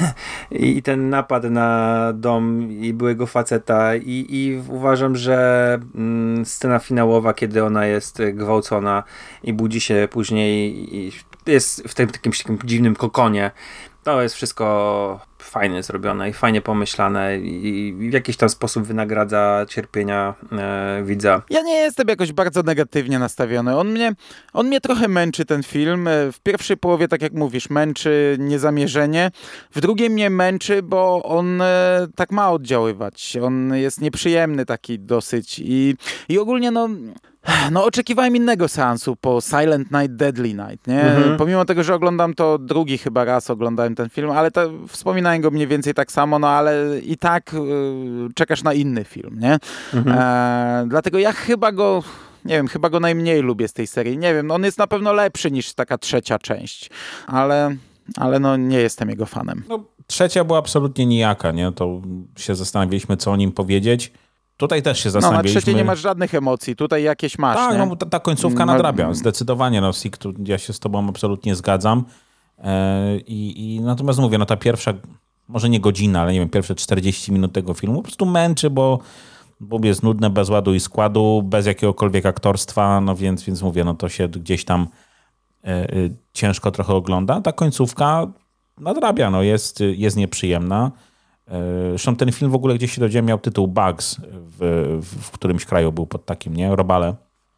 i ten napad na dom i byłego faceta, i, i uważam, że mm, scena finałowa, kiedy ona jest gwałcona i budzi się później i jest w tym takim, takim dziwnym kokonie, to jest wszystko fajnie zrobione i fajnie pomyślane i w jakiś tam sposób wynagradza cierpienia e, widza. Ja nie jestem jakoś bardzo negatywnie nastawiony. On mnie, on mnie trochę męczy, ten film. W pierwszej połowie, tak jak mówisz, męczy niezamierzenie. W drugiej mnie męczy, bo on e, tak ma oddziaływać. On jest nieprzyjemny taki dosyć i, i ogólnie no... No oczekiwałem innego seansu po Silent Night, Deadly Night, nie? Mhm. Pomimo tego, że oglądam to drugi chyba raz oglądałem ten film, ale to wspominałem go mniej więcej tak samo, no ale i tak y, czekasz na inny film, nie? Mhm. E, dlatego ja chyba go, nie wiem, chyba go najmniej lubię z tej serii. Nie wiem, on jest na pewno lepszy niż taka trzecia część, ale, ale no nie jestem jego fanem. No, trzecia była absolutnie nijaka, nie? To się zastanawialiśmy, co o nim powiedzieć. Tutaj też się zastanawialiśmy. No, na trzeciej nie masz żadnych emocji, tutaj jakieś masz, Tak, nie? no bo ta, ta końcówka no, nadrabia, zdecydowanie. No, Sik, tu ja się z tobą absolutnie zgadzam. E, i, i natomiast mówię, no ta pierwsza, może nie godzina, ale nie wiem, pierwsze czterdzieści minut tego filmu po prostu męczy, bo, bo jest nudne, bez ładu i składu, bez jakiegokolwiek aktorstwa, no więc, więc mówię, no to się gdzieś tam e, e, ciężko trochę ogląda. Ta końcówka nadrabia, no jest, jest nieprzyjemna. Zresztą ten film w ogóle gdzieś się dowiedziałem, miał tytuł Bugs, w, w którymś kraju był pod takim, nie? Robale.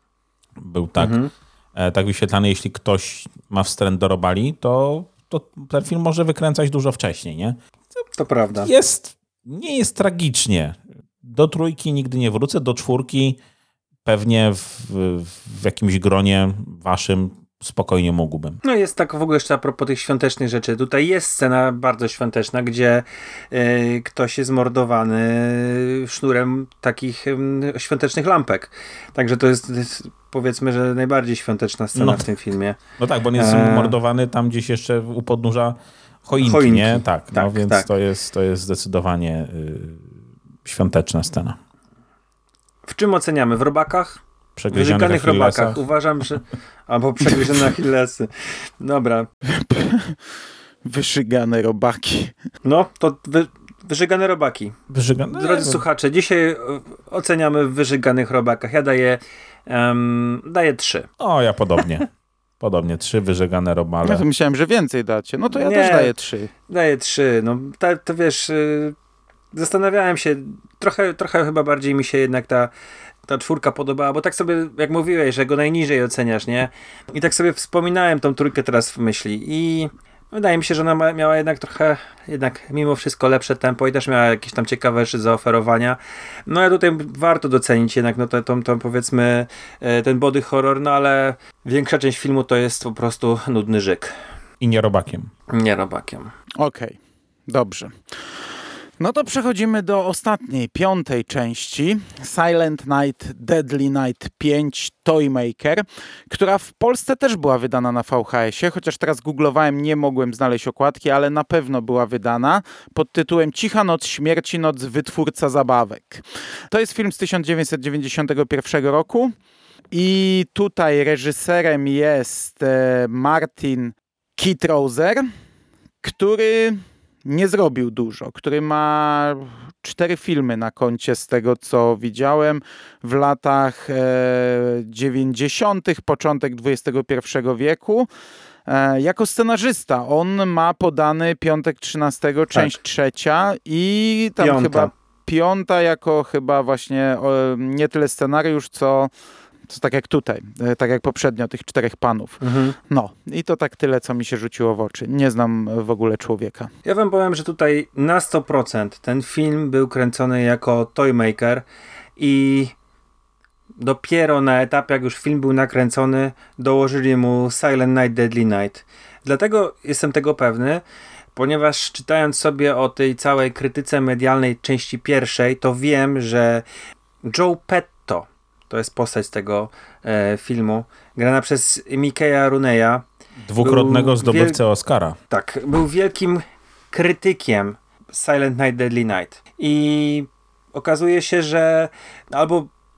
Był tak, mhm. tak wyświetlany, jeśli ktoś ma wstręt do robali, to, to ten film może wykręcać dużo wcześniej, nie? To prawda. Jest, nie jest tragicznie. Do trójki nigdy nie wrócę, do czwórki pewnie w, w jakimś gronie waszym spokojnie mógłbym. No jest tak w ogóle jeszcze a propos tych świątecznych rzeczy. Tutaj jest scena bardzo świąteczna, gdzie y, ktoś jest mordowany sznurem takich y, świątecznych lampek. Także to jest, jest powiedzmy, że najbardziej świąteczna scena no, w tym filmie. No tak, bo on jest e... mordowany tam gdzieś jeszcze u podnóża choinki, choinki. nie? Tak, tak, no więc tak. To, jest, to jest zdecydowanie y, świąteczna scena. W czym oceniamy? W robakach? Wyżyganych robakach. Uważam, że... Albo przegryzione Achillesy. Dobra. Wyżygane robaki. No, to wy... wyżygane robaki. Wyżygane... Drodzy no. słuchacze, dzisiaj oceniamy w wyżyganych robakach. Ja daję um, daję trzy. O, ja podobnie. Podobnie, trzy wyżygane robale. Ja to myślałem, że więcej dacie. No to ja Nie, też daję trzy. Daję trzy. No, to, to wiesz... Yy, zastanawiałem się, trochę, trochę chyba bardziej mi się jednak ta ta czwórka podobała, bo tak sobie, jak mówiłeś, że go najniżej oceniasz, nie? I tak sobie wspominałem tą trójkę teraz w myśli i wydaje mi się, że ona ma, miała jednak trochę, jednak mimo wszystko lepsze tempo i też miała jakieś tam ciekawe rzeczy zaoferowania. No a tutaj warto docenić jednak, no to, to, to powiedzmy ten body horror, no ale większa część filmu to jest po prostu nudny żyk. I nie robakiem. Nie robakiem. Okej, okay. Dobrze. No to przechodzimy do ostatniej, piątej części Silent Night, Deadly Night pięć Toymaker, która w Polsce też była wydana na V H S ie, chociaż teraz googlowałem, nie mogłem znaleźć okładki, ale na pewno była wydana pod tytułem Cicha noc śmierci, noc wytwórca zabawek. To jest film z tysiąc dziewięćset dziewięćdziesiątego pierwszego roku i tutaj reżyserem jest Martin Kitrowser, który... nie zrobił dużo, który ma cztery filmy na koncie z tego, co widziałem w latach e, dziewięćdziesiątych, początek dwudziestego pierwszego wieku. E, jako scenarzysta on ma podany Piątek trzynastego, część tak. trzecia i tam piąta. chyba piąta jako chyba właśnie o, nie tyle scenariusz, co To tak jak tutaj, tak jak poprzednio tych czterech panów. Mhm. No i to tak tyle, co mi się rzuciło w oczy. Nie znam w ogóle człowieka. Ja wam powiem, że tutaj na sto procent ten film był kręcony jako Toymaker i dopiero na etapie, jak już film był nakręcony, dołożyli mu Silent Night, Deadly Night. Dlatego jestem tego pewny, ponieważ czytając sobie o tej całej krytyce medialnej części pierwszej, to wiem, że Joe Petto, to jest postać z tego e, filmu, grana przez Mikeya Rooneya. Dwukrotnego zdobywcę wiel... Oscara. Tak, był wielkim krytykiem Silent Night, Deadly Night. I okazuje się, że albo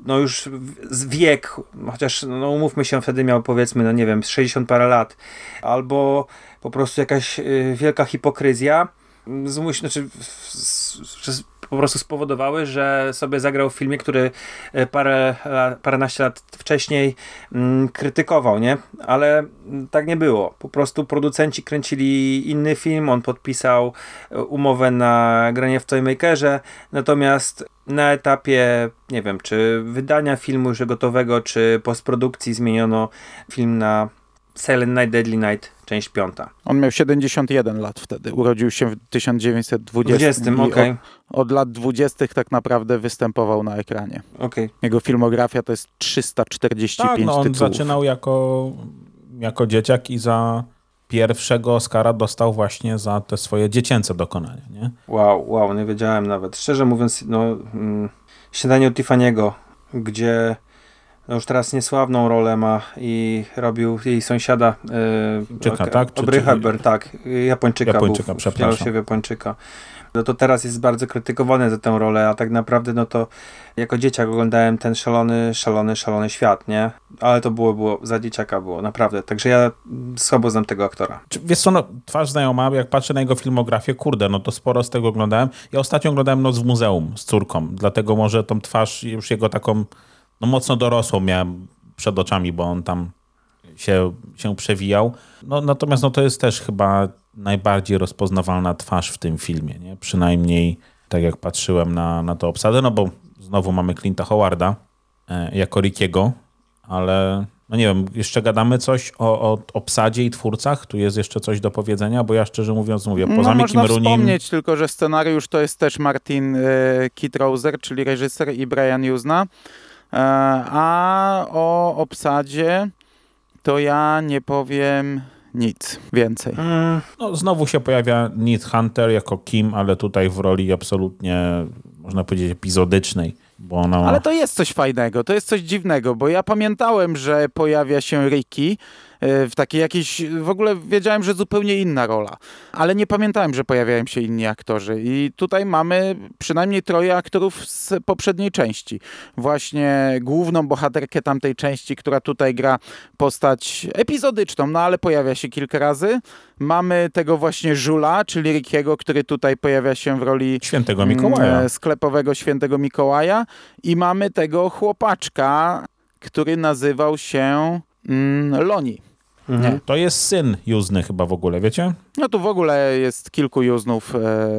no już z wiek, chociaż no umówmy się, wtedy miał powiedzmy, no nie wiem, sześćdziesiąt parę lat, albo po prostu jakaś y, wielka hipokryzja, zmuś, znaczy że po prostu spowodowały, że sobie zagrał w filmie, który parę, paręnaście lat wcześniej mm, krytykował, nie? Ale tak nie było. Po prostu producenci kręcili inny film, on podpisał umowę na granie w Toymakerze, natomiast na etapie, nie wiem, czy wydania filmu już gotowego, czy postprodukcji zmieniono film na Silent Night, Deadly Night, część piąta. On miał siedemdziesiąt jeden lat wtedy. Urodził się w tysiąc dziewięćset dwudziestym. dwudziestym, okej. Od, od lat dwudziestych tak naprawdę występował na ekranie. Okay. Jego filmografia to jest trzysta czterdzieści pięć tak, no on tytułów. zaczynał jako, jako dzieciak i za pierwszego Oscara dostał właśnie za te swoje dziecięce dokonania, nie? Wow, wow, nie wiedziałem nawet. Szczerze mówiąc, no mm, Śniadanie u Tiffany'ego, gdzie no już teraz niesławną rolę ma i robił jej sąsiada yy, Czyka, tak? Audrey Czy, Hepburn, tak. Japończyka, Japończyka, był, przepraszam. się w Japończyka. No to teraz jest bardzo krytykowany za tę rolę, a tak naprawdę no to jako dzieciak oglądałem ten szalony, szalony, szalony świat, nie? Ale to było, było za dzieciaka było, naprawdę. Także ja słabo znam tego aktora. Wiesz co, no, twarz znajoma, jak patrzę na jego filmografię, kurde, no to sporo z tego oglądałem. Ja ostatnio oglądałem Noc w muzeum z córką, dlatego może tą twarz już jego taką no mocno dorosłą miałem przed oczami, bo on tam się, się przewijał. No, natomiast no, to jest też chyba najbardziej rozpoznawalna twarz w tym filmie, nie? Przynajmniej tak jak patrzyłem na, na tę obsadę, no bo znowu mamy Clint'a Howarda e, jako Rickiego, ale no nie wiem, jeszcze gadamy coś o, o obsadzie i twórcach? Tu jest jeszcze coś do powiedzenia? Bo ja szczerze mówiąc mówię, poza no, Mickiem można Rooneym... wspomnieć tylko, że scenariusz to jest też Martin e, Kitrowser, czyli reżyser, i Brian Yuzna. A o obsadzie to ja nie powiem nic więcej. Mm. No, znowu się pojawia Nate Hunter jako Kim, ale tutaj w roli absolutnie, można powiedzieć, epizodycznej. Bo ona... Ale to jest coś fajnego, to jest coś dziwnego, bo ja pamiętałem, że pojawia się Ricky w takiej jakiejś, w ogóle wiedziałem, że zupełnie inna rola, ale nie pamiętałem, że pojawiają się inni aktorzy i tutaj mamy przynajmniej troje aktorów z poprzedniej części. Właśnie główną bohaterkę tamtej części, która tutaj gra postać epizodyczną, no ale pojawia się kilka razy. Mamy tego właśnie Żula, czyli Rickiego, który tutaj pojawia się w roli Świętego Mikołaja. sklepowego Świętego Mikołaja, i mamy tego chłopaczka, który nazywał się mm, Loni. Mhm. To jest syn Juzny chyba w ogóle, wiecie? No tu w ogóle jest kilku Juznów e,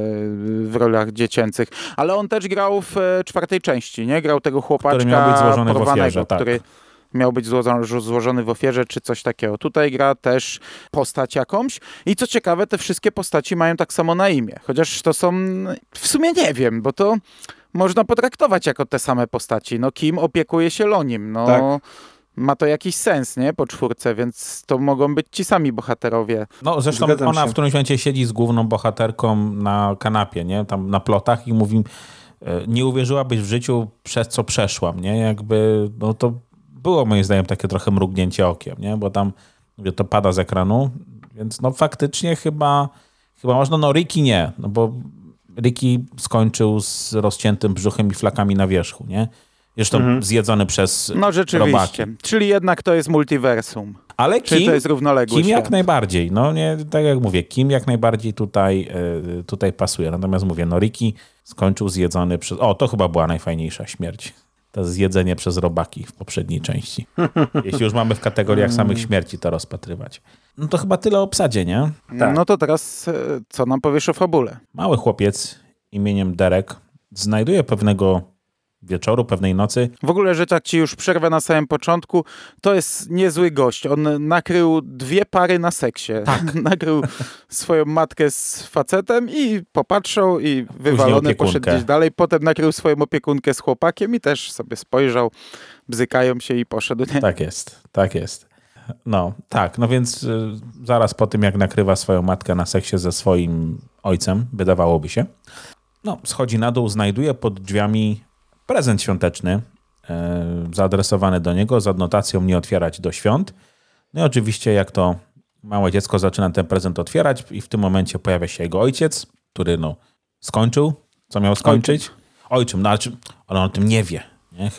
w rolach dziecięcych, ale on też grał w e, czwartej części, nie? Grał tego chłopaczka Który miał być złożony w porwanego, ofierze, tak. który miał być złożony, złożony w ofierze, czy coś takiego. Tutaj gra też postać jakąś i co ciekawe, te wszystkie postaci mają tak samo na imię, chociaż to są, w sumie nie wiem, bo to można potraktować jako te same postaci. No Kim opiekuje się Lonim, no... Tak. Ma to jakiś sens, nie? Po czwórce, więc to mogą być ci sami bohaterowie. No zresztą Zgadzam ona się. w którymś momencie siedzi z główną bohaterką na kanapie, nie? Tam na plotach i mówi, nie uwierzyłabyś w życiu, przez co przeszłam, nie? Jakby, no to było moim zdaniem takie trochę mrugnięcie okiem, nie? Bo tam, mówię, to pada z ekranu, więc no faktycznie chyba, chyba można, no Ricky nie, no bo Ricky skończył z rozciętym brzuchem i flakami na wierzchu, nie? Zresztą Mhm. zjedzony przez No rzeczywiście. robaki. Czyli jednak to jest multiversum. Ale Czyli Kim, to jest równoległy Kim świat. jak najbardziej, no nie, tak jak mówię, Kim jak najbardziej tutaj, y, tutaj pasuje. Natomiast mówię, no Ricky skończył zjedzony przez... O, to chyba była najfajniejsza śmierć. To zjedzenie przez robaki w poprzedniej części. Jeśli już mamy w kategoriach samych śmierci to rozpatrywać. No to chyba tyle o obsadzie, nie? Tak. No to teraz e, co nam powiesz o fabule? Mały chłopiec imieniem Derek znajduje pewnego wieczoru, pewnej nocy. W ogóle, że tak ci już przerwę na samym początku, to jest niezły gość. On nakrył dwie pary na seksie. Tak. Nakrył swoją matkę z facetem i popatrzał i wywalony opiekunkę. poszedł gdzieś dalej. Potem nakrył swoją opiekunkę z chłopakiem i też sobie spojrzał, bzykają się i poszedł. Nie? Tak jest, tak jest. No, tak, no więc y, zaraz po tym, jak nakrywa swoją matkę na seksie ze swoim ojcem, wydawałoby się, no, schodzi na dół, znajduje pod drzwiami prezent świąteczny e, zaadresowany do niego z adnotacją nie otwierać do świąt. No i oczywiście jak to małe dziecko zaczyna ten prezent otwierać i w tym momencie pojawia się jego ojciec, który no skończył, co miał skończyć. Ojczym, no ale, czy, ale on o tym nie wie, nie? Chyba.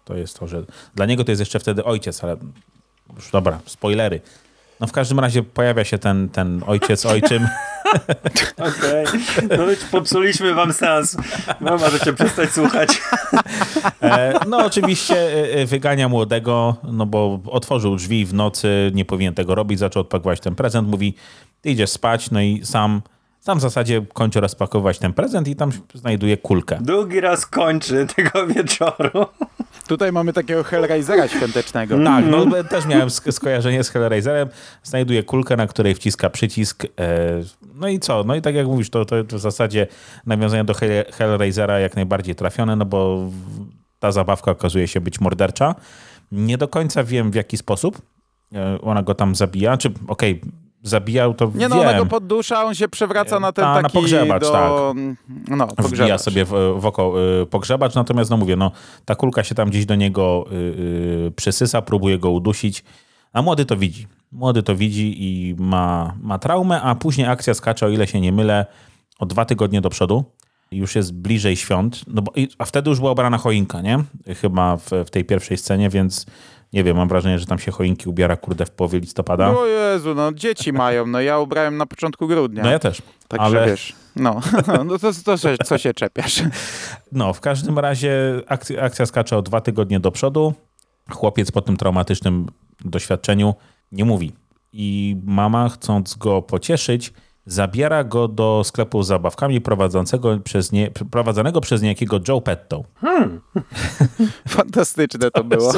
To jest to, że dla niego to jest jeszcze wtedy ojciec, ale już dobra, spoilery. No w każdym razie pojawia się ten, ten ojciec ojczym. Okej, okay. No już popsuliśmy wam seans. No możecie przestać słuchać. E, no oczywiście wygania młodego, no bo otworzył drzwi w nocy, nie powinien tego robić, zaczął odpakować ten prezent, mówi, ty idziesz spać, no i sam, sam w zasadzie kończy rozpakowywać ten prezent i tam znajduje kulkę. Drugi raz kończy tego wieczoru. Tutaj mamy takiego Hellraisera świątecznego. Mm. Tak, no też miałem sk- skojarzenie z Hellraiserem. Znajduje kulkę, na której wciska przycisk. E, no i co? No i tak jak mówisz, to, to w zasadzie nawiązania do Hell- Hellraisera jak najbardziej trafione, no bo ta zabawka okazuje się być mordercza. Nie do końca wiem, w jaki sposób e, ona go tam zabija. Czy okej, okay, zabijał to Nie no, wiem. ona go poddusza, on się przewraca na ten A, taki... na pogrzebacz, do... tak. No, pogrzebacz. Wbija sobie w, wokół y, pogrzebacz, natomiast no mówię, no ta kulka się tam gdzieś do niego y, y, przysysa, próbuje go udusić, a młody to widzi. Młody to widzi i ma, ma traumę, a później akcja skacze, o ile się nie mylę, o dwa tygodnie do przodu. Już jest bliżej świąt, no bo, a wtedy już była ubrana choinka, nie? Chyba w, w tej pierwszej scenie, więc nie wiem, mam wrażenie, że tam się choinki ubiera, kurde, w połowie listopada. O Jezu, no dzieci mają, no ja ubrałem na początku grudnia. No ja też. Także ale... wiesz, no, no to, to, to co się czepiasz? No, w każdym razie akcja, akcja skacze o dwa tygodnie do przodu. Chłopiec po tym traumatycznym doświadczeniu nie mówi. I mama, chcąc go pocieszyć, zabiera go do sklepu z zabawkami prowadzącego przez nie, prowadzonego przez niejakiego Joe Petto. Hmm. Fantastyczne to było.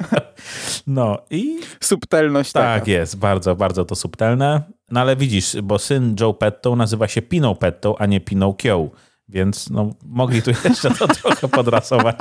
No i... Subtelność tak taka. jest, bardzo, bardzo to subtelne. No ale widzisz, bo syn Joe Petto nazywa się Pino Petto, a nie Pinocchio. Więc no, mogli tu jeszcze to trochę podrasować.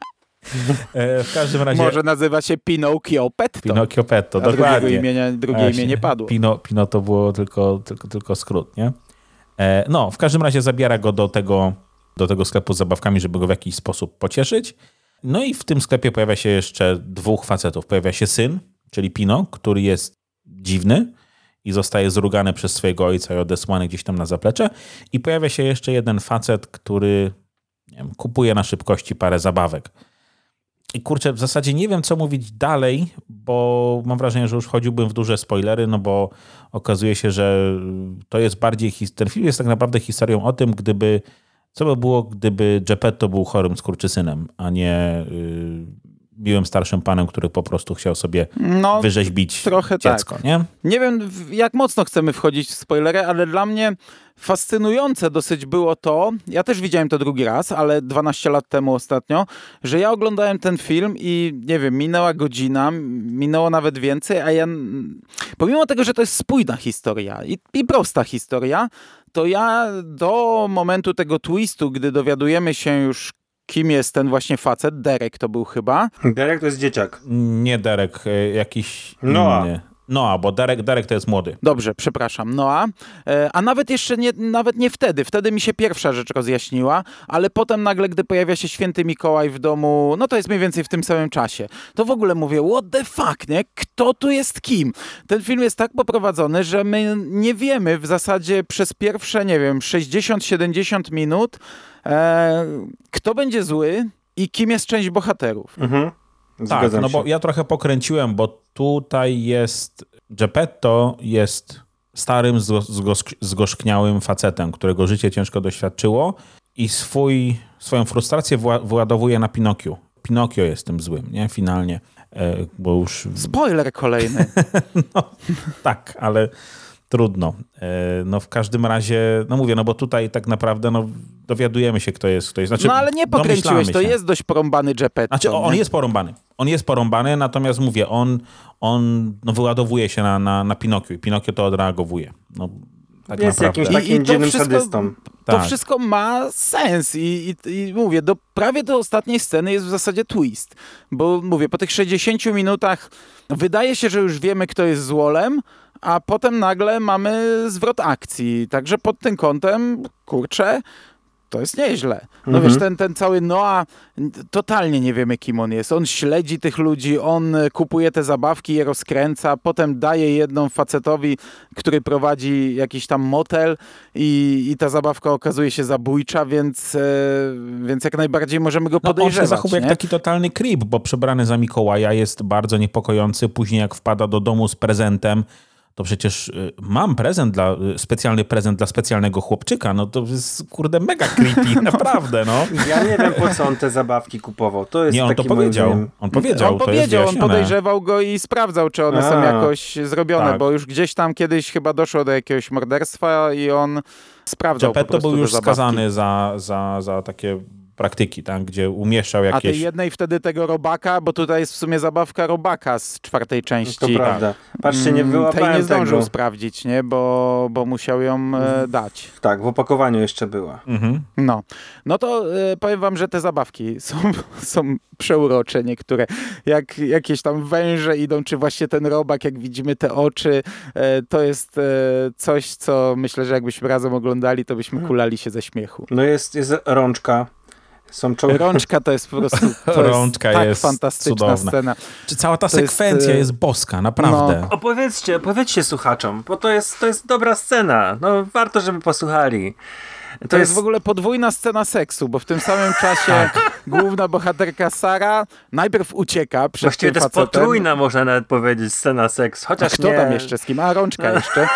E, w każdym razie... Może nazywa się Pinocchio Petto. Pinocchio Petto, a dokładnie. Drugiego imienia, drugie Właśnie. imię nie padło. Pino, Pino to było tylko, tylko, tylko skrót, nie? E, no, w każdym razie zabiera go do tego, do tego sklepu z zabawkami, żeby go w jakiś sposób pocieszyć. No i w tym sklepie pojawia się jeszcze dwóch facetów. Pojawia się syn, czyli Pino, który jest dziwny i zostaje zrugany przez swojego ojca i odesłany gdzieś tam na zaplecze. I pojawia się jeszcze jeden facet, który nie wiem, kupuje na szybkości parę zabawek. I kurczę, w zasadzie nie wiem, co mówić dalej, bo mam wrażenie, że już wchodziłbym w duże spoilery, no bo okazuje się, że to jest bardziej... Ten film jest tak naprawdę historią o tym, gdyby... Co by było, gdyby Geppetto był chorym skurczysynem, a nie yy, miłym starszym panem, który po prostu chciał sobie no, wyrzeźbić trochę dziecko, tak. nie? Nie wiem, jak mocno chcemy wchodzić w spoilery, ale dla mnie fascynujące dosyć było to, ja też widziałem to drugi raz, ale dwanaście lat temu ostatnio, że ja oglądałem ten film i nie wiem, minęła godzina, minęło nawet więcej, a ja pomimo tego, że to jest spójna historia i, i prosta historia, to ja do momentu tego twistu, gdy dowiadujemy się już, kim jest ten właśnie facet, Derek to był chyba. Derek to jest dzieciak. Nie Derek, jakiś Noah. inny. Noah, bo Derek, Derek to jest młody. Dobrze, przepraszam, Noah. E, a nawet jeszcze nie, nawet nie wtedy. Wtedy mi się pierwsza rzecz rozjaśniła, ale potem nagle, gdy pojawia się święty Mikołaj w domu, no to jest mniej więcej w tym samym czasie. To w ogóle mówię, what the fuck, nie? Kto tu jest kim? Ten film jest tak poprowadzony, że my nie wiemy w zasadzie przez pierwsze, nie wiem, sześćdziesiąt siedemdziesiąt minut, e, kto będzie zły i kim jest część bohaterów. Mhm. Tak, no bo ja trochę pokręciłem, bo tutaj jest Geppetto jest starym, zgorzk- zgorzkniałym facetem, którego życie ciężko doświadczyło i swój, swoją frustrację wła- wyładowuje na Pinokiu. Pinokio jest tym złym, nie? Finalnie. E, bo już... Spoiler kolejny. No, tak, ale trudno. E, no w każdym razie, no mówię, no bo tutaj tak naprawdę no, dowiadujemy się, kto jest. Kto jest. Znaczy, no ale nie pokręciłeś, to jest dość porąbany Geppetto. Znaczy on nie? jest porąbany. On jest porąbany, natomiast mówię, on, on no, wyładowuje się na, na, na Pinokio i Pinokio to odreagowuje. No, tak jest naprawdę. jakimś takim I, i dziennym wszystko, sadystą. To tak. wszystko ma sens i, i, i mówię, do, prawie do ostatniej sceny jest w zasadzie twist, bo mówię, po tych sześćdziesięciu minutach wydaje się, że już wiemy, kto jest złolem, a potem nagle mamy zwrot akcji, także pod tym kątem, kurczę, to jest nieźle. No Mhm. wiesz, ten, ten cały Noah, totalnie nie wiemy, kim on jest. On śledzi tych ludzi, on kupuje te zabawki, je rozkręca, potem daje jedną facetowi, który prowadzi jakiś tam motel i, i ta zabawka okazuje się zabójcza, więc, e, więc jak najbardziej możemy go No on podejrzewać. się zachowuje nie? jak taki totalny creep, bo przebrany za Mikołaja jest bardzo niepokojący. Później jak wpada do domu z prezentem, to przecież y, mam prezent dla, y, specjalny prezent dla specjalnego chłopczyka. No to jest, kurde, mega creepy, naprawdę, no. Ja nie wiem, po co on te zabawki kupował. To jest Nie, on taki to moim powiedział. zdaniem- On powiedział, On to jest powiedział, on wyjaśnione. podejrzewał go i sprawdzał, czy one są A. jakoś zrobione, Tak. bo już gdzieś tam kiedyś chyba doszło do jakiegoś morderstwa i on sprawdzał po Geppetto prostu był te już zabawki. skazany za, za, za takie praktyki, tak, gdzie umieszczał A jakieś... tej jednej wtedy tego robaka, bo tutaj jest w sumie zabawka robaka z czwartej części. To prawda. Patrzcie, nie Mm, wyłapałem Tej nie zdążył tego. sprawdzić, nie? Bo, bo musiał ją e, dać. Tak, w opakowaniu jeszcze była. Mhm. No, no to e, powiem wam, że te zabawki są, są przeurocze niektóre. Jak jakieś tam węże idą, czy właśnie ten robak, jak widzimy te oczy, e, to jest e, coś, co myślę, że jakbyśmy razem oglądali, to byśmy kulali się ze śmiechu. No jest, jest rączka. Są czołgi. Rączka to jest po prostu to Rączka jest tak jest fantastyczna cudowna. scena. Czy cała ta To jest, sekwencja e, jest, boska, naprawdę. no. Opowiedzcie, opowiedzcie słuchaczom, bo to jest, to jest dobra scena. No warto, żeby posłuchali. To, To jest w ogóle podwójna scena seksu, bo w tym samym czasie główna bohaterka Sara najpierw ucieka przed Właściwie tym to jest facetem. potrójna, można nawet powiedzieć, scena seks. A Chociaż kto nie... tam jeszcze z kim? A rączka jeszcze.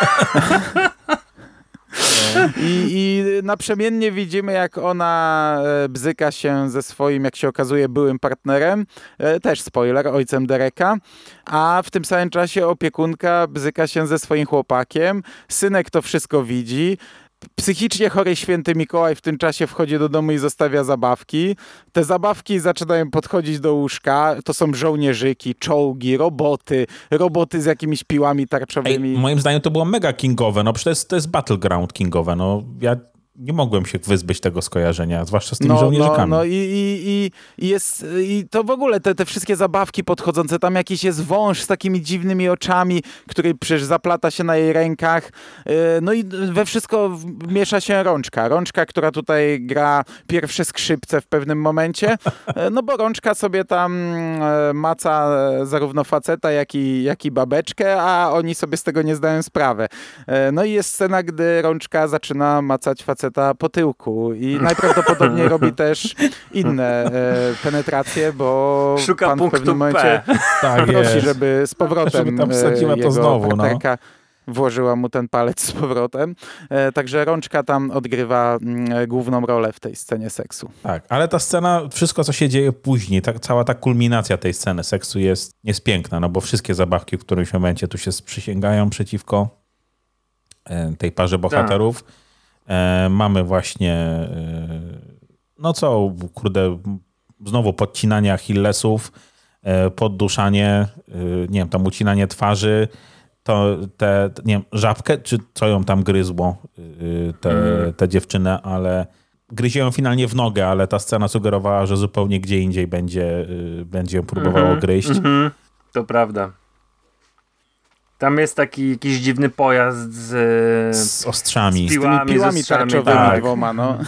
I, I naprzemiennie widzimy, jak ona e, bzyka się ze swoim, jak się okazuje, byłym partnerem. E, też spoiler, ojcem Dereka. A w tym samym czasie opiekunka bzyka się ze swoim chłopakiem. Synek to wszystko widzi. Psychicznie chory święty Mikołaj w tym czasie wchodzi do domu i zostawia zabawki. Te zabawki zaczynają podchodzić do łóżka. To są żołnierzyki, czołgi, roboty, roboty z jakimiś piłami Ej, tarczowymi. moim zdaniem to było mega kingowe, no przecież to jest, to jest Battleground kingowe, no ja nie mogłem się wyzbyć tego skojarzenia, zwłaszcza z tymi No, żołnierzykami. no, no i, i, i, i jest i to w ogóle te, te wszystkie zabawki podchodzące, tam jakiś jest wąż z takimi dziwnymi oczami, który przecież zaplata się na jej rękach. Yy, No i we wszystko w- miesza się rączka. Rączka, która tutaj gra pierwsze skrzypce w pewnym momencie. Yy, No bo rączka sobie tam e, maca e, zarówno faceta, jak i, jak i babeczkę, a oni sobie z tego nie zdają sprawy. E, No i jest scena, gdy rączka zaczyna macać faceta po tyłku i najprawdopodobniej robi też inne e, penetracje, bo Szuka pan w punktu pewnym momencie P. tak prosi, jest. żeby z powrotem Żeby tam e, wsadziła to jego znowu, no. partnerka włożyła mu ten palec z powrotem. E, Także rączka tam odgrywa mm, główną rolę w tej scenie seksu. Tak, ale ta scena, wszystko co się dzieje później, ta, cała ta kulminacja tej sceny seksu jest, jest piękna, no bo wszystkie zabawki w którymś momencie tu się sprzysięgają przeciwko e, tej parze bohaterów. E, mamy właśnie e, no co, kurde, znowu podcinanie achillesów, e, podduszanie, e, nie wiem, tam ucinanie twarzy, to te, te, nie wiem, żabkę, czy co ją tam gryzło, y, te, te dziewczynę, ale gryzie ją finalnie w nogę, ale ta scena sugerowała, że zupełnie gdzie indziej będzie, y, będzie ją próbowało Mhm, gryźć. mhm. To prawda. Tam jest taki jakiś dziwny pojazd z, Z ostrzami. z piłami, Tymi piłami z ostrzami, tarczowymi tak. dwoma, no.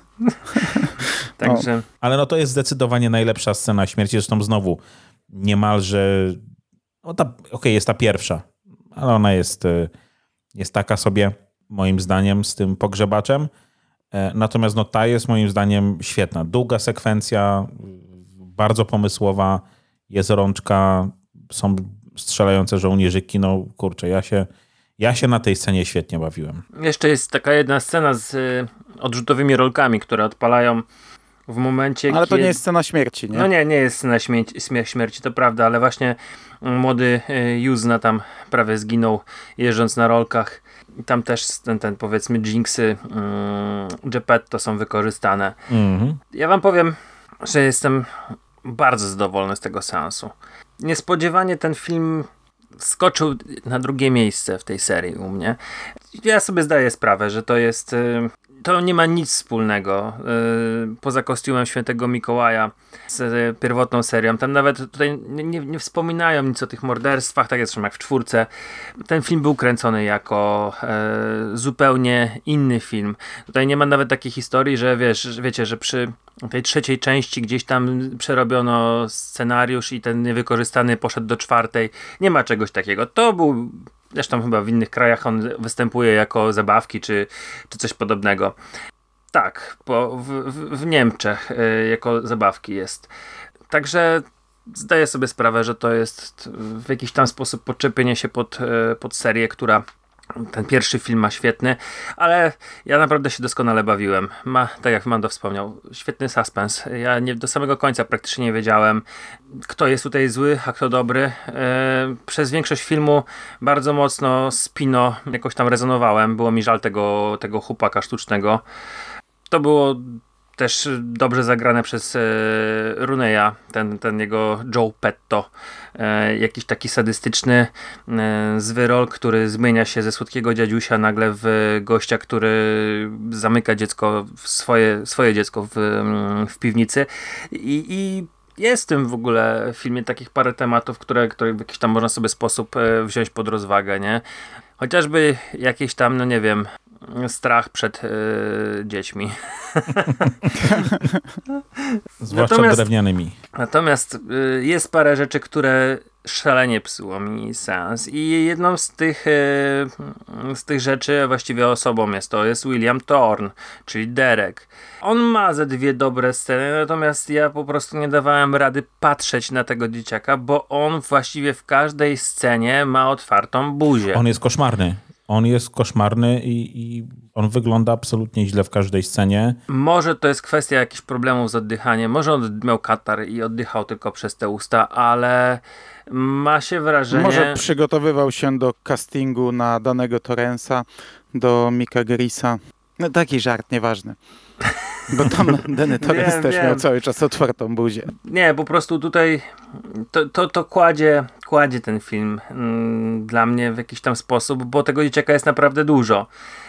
Także Ale no to jest zdecydowanie najlepsza scena śmierci. Zresztą znowu niemalże, no ta, okej, jest ta pierwsza, ale ona jest, y, jest taka sobie, moim zdaniem, z tym pogrzebaczem. E, Natomiast no, ta jest moim zdaniem świetna. Długa sekwencja, y, bardzo pomysłowa, jest rączka, są strzelające żołnierzyki. No kurczę, ja się, ja się na tej scenie świetnie bawiłem. jeszcze jest taka jedna scena z y, odrzutowymi rolkami, które odpalają w momencie, Ale to kiedy... nie jest scena śmierci, nie? No nie, nie jest scena śmierci, śmie- śmierci, to prawda, ale właśnie młody y, Juzna tam prawie zginął jeżdżąc na rolkach. I tam też ten, ten powiedzmy jinxy y, Geppetto są wykorzystane. Mhm. Ja wam powiem, że jestem bardzo zadowolony z tego seansu. Niespodziewanie ten film skoczył na drugie miejsce w tej serii u mnie. Ja sobie zdaję sprawę, że to jest y, to nie ma nic wspólnego yy, poza kostiumem Świętego Mikołaja z y, pierwotną serią. Tam nawet tutaj nie, nie, nie wspominają nic o tych morderstwach, tak jest jak w czwórce. Ten film był kręcony jako y, zupełnie inny film. Tutaj nie ma nawet takiej historii, że wiesz, wiecie, że przy tej trzeciej części gdzieś tam przerobiono scenariusz i ten niewykorzystany poszedł do czwartej. Nie ma czegoś takiego. To był, zresztą chyba w innych krajach on występuje jako zabawki czy, czy coś podobnego. Tak, po, w, w, w Niemczech y, jako zabawki jest. Także zdaję sobie sprawę, że to jest w jakiś tam sposób podczepienie się pod, y, pod serię, która ten pierwszy film ma świetny, ale ja naprawdę się doskonale bawiłem. Ma, tak jak Mando wspomniał, świetny suspens. Ja nie, do samego końca praktycznie nie wiedziałem, kto jest tutaj zły, a kto dobry. Yy, przez większość filmu bardzo mocno z Pino jakoś tam rezonowałem. Było mi żal tego, tego chłopaka sztucznego. To było też dobrze zagrane przez e, Runeya, ten, ten jego Joe Petto, e, jakiś taki sadystyczny e, zły rol, który zmienia się ze słodkiego dziadziusia nagle w gościa, który zamyka dziecko, swoje, swoje dziecko w, w piwnicy i, i jest w tym w ogóle w filmie takich parę tematów, które, które w jakiś tam można sobie sposób e, wziąć pod rozwagę, nie? Chociażby jakiś tam, no nie wiem, strach przed yy, dziećmi. Zwłaszcza natomiast, drewnianymi. Natomiast yy, jest parę rzeczy, które szalenie psuło mi seans. I jedną z tych, yy, z tych rzeczy, właściwie osobą jest to, jest William Thorne, czyli Derek. On ma ze dwie dobre sceny, natomiast ja po prostu nie dawałem rady patrzeć na tego dzieciaka, bo on właściwie w każdej scenie ma otwartą buzię. On jest koszmarny. On jest koszmarny i, i on wygląda absolutnie źle w każdej scenie. Może to jest kwestia jakichś problemów z oddychaniem, może on miał katar i oddychał tylko przez te usta, ale ma się wrażenie... Może przygotowywał się do castingu na danego Torrensa, do Micka Grisa. No taki żart, nieważny. Bo tam Danny Torrance wiem, też wiem. miał cały czas otwartą buzię. Nie, po prostu tutaj to, to, to kładzie, kładzie ten film mm, dla mnie w jakiś tam sposób, bo tego dzieciaka jest naprawdę dużo.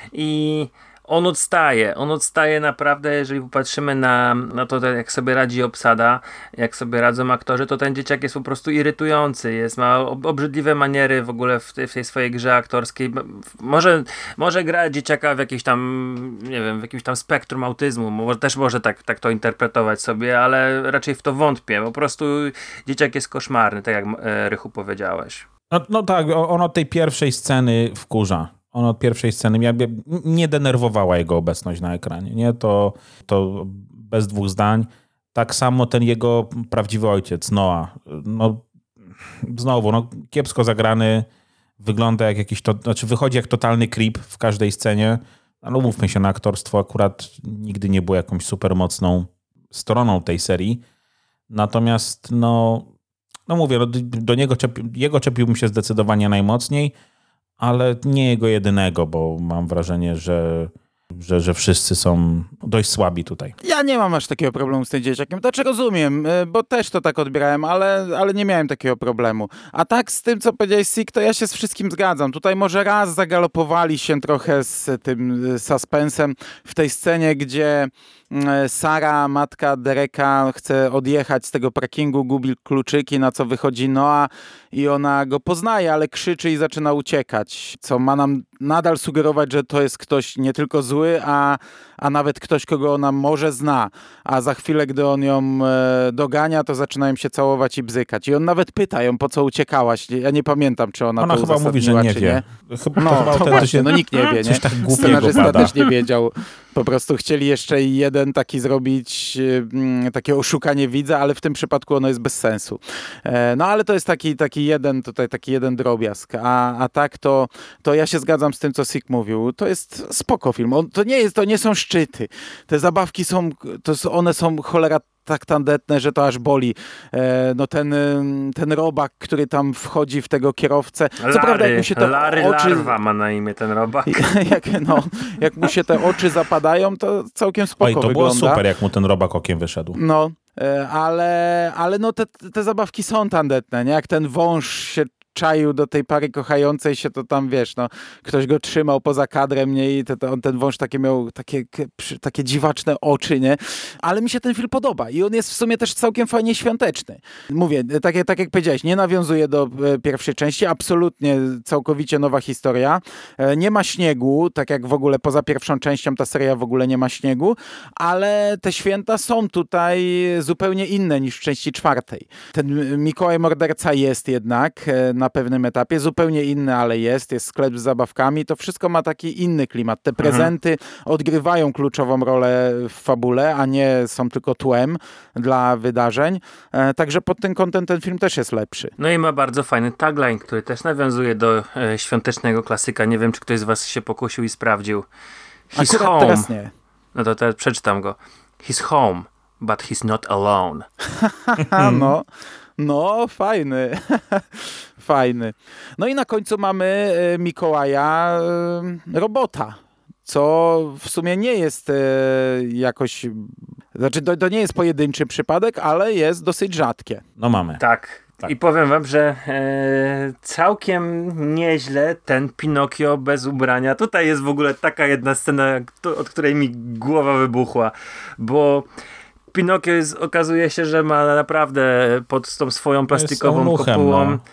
I on odstaje, on odstaje naprawdę, jeżeli popatrzymy na, na to, jak sobie radzi obsada, jak sobie radzą aktorzy, to ten dzieciak jest po prostu irytujący, jest, ma obrzydliwe maniery w ogóle w tej, w tej swojej grze aktorskiej. Może, może gra dzieciaka w jakiejś tam, nie wiem, w jakimś tam spektrum autyzmu, może, też może tak, tak to interpretować sobie, ale raczej w to wątpię. Po prostu dzieciak jest koszmarny, tak jak e, Rychu powiedziałeś. No, no tak, on od tej pierwszej sceny wkurza. On od pierwszej sceny jakby nie denerwowała jego obecność na ekranie. Nie? To, to bez dwóch zdań. Tak samo ten jego prawdziwy ojciec, Noah. No, znowu, no, kiepsko zagrany. Wygląda jak jakiś, to, znaczy wychodzi jak totalny creep w każdej scenie. Ale umówmy się, na aktorstwo akurat nigdy nie było jakąś super mocną stroną tej serii. Natomiast no, no mówię, no, do niego czepi, jego czepiłbym się zdecydowanie najmocniej, ale nie jego jedynego, bo mam wrażenie, że, że, że wszyscy są dość słabi tutaj. Ja nie mam aż takiego problemu z tym dzieciakiem. Znaczy rozumiem, bo też to tak odbierałem, ale, ale nie miałem takiego problemu. A tak z tym, co powiedziałeś, Sik, to ja się z wszystkim zgadzam. Tutaj może raz zagalopowali się trochę z tym suspensem w tej scenie, gdzie Sara, matka Dereka, chce odjechać z tego parkingu, gubi kluczyki, na co wychodzi Noah i ona go poznaje, ale krzyczy i zaczyna uciekać, co ma nam nadal sugerować, że to jest ktoś nie tylko zły, a, a nawet ktoś, kogo ona może zna. A za chwilę, gdy on ją e, dogania, to zaczynają się całować i bzykać. I on nawet pyta ją, po co uciekałaś. Ja nie pamiętam, czy ona, ona to chyba mówi, że nie wie. Nie. Chyba, no, to chyba to właśnie, no nikt nie wie, nie? Coś tak głupiego Scenarzysta pada. też nie wiedział. Po prostu chcieli jeszcze jeden taki zrobić, mm, takie oszukanie widza, ale w tym przypadku ono jest bez sensu. E, no ale to jest taki, taki jeden, tutaj taki jeden drobiazg. A, a tak to, to ja się zgadzam z tym, co Sik mówił. To jest spoko film. On, to nie jest, to nie są szczyty. Te zabawki są, to one są cholera tak tandetne, że to aż boli. E, no ten, ten robak, który tam wchodzi w tego kierowcę. Co Larry, prawda, jak mu się te Larry oczy... Larwa ma na imię ten robak. jak, no, jak mu się te oczy zapadają, to całkiem spoko Oj, to wygląda. było super, jak mu ten robak okiem wyszedł. No, e, ale, ale no te, te zabawki są tandetne, nie? Jak ten wąż się czaił do tej pary kochającej się, to tam wiesz, no, ktoś go trzymał poza kadrem, nie? I te, to, on, ten wąż takie miał takie, takie dziwaczne oczy, nie? Ale mi się ten film podoba i on jest w sumie też całkiem fajnie świąteczny. Mówię, tak, tak jak powiedziałeś, nie nawiązuje do e, pierwszej części, absolutnie całkowicie nowa historia. E, nie ma śniegu, tak jak w ogóle poza pierwszą częścią ta seria w ogóle nie ma śniegu, ale te święta są tutaj zupełnie inne niż w części czwartej. Ten Mikołaj Morderca jest jednak e, na pewnym etapie, zupełnie inny, ale jest, jest sklep z zabawkami, to wszystko ma taki inny klimat. Te prezenty mhm. odgrywają kluczową rolę w fabule, a nie są tylko tłem dla wydarzeń. E, także pod tym kątem ten film też jest lepszy. No i ma bardzo fajny tagline, który też nawiązuje do e, świątecznego klasyka. Nie wiem, czy ktoś z was się pokusił i sprawdził. He's Akurat home. Teraz nie. No to teraz przeczytam go. He's home, but he's not alone. no, no, fajny. Fajny. No i na końcu mamy e, Mikołaja e, robota. Co w sumie nie jest e, jakoś... Znaczy, to, to nie jest pojedynczy przypadek, ale jest dosyć rzadkie. No mamy. Tak. Tak. I powiem wam, że e, całkiem nieźle ten Pinokio bez ubrania. Tutaj jest w ogóle taka jedna scena, od której mi głowa wybuchła, bo Pinokio jest, okazuje się, że ma naprawdę pod tą swoją plastikową onuchem, kopułą. No.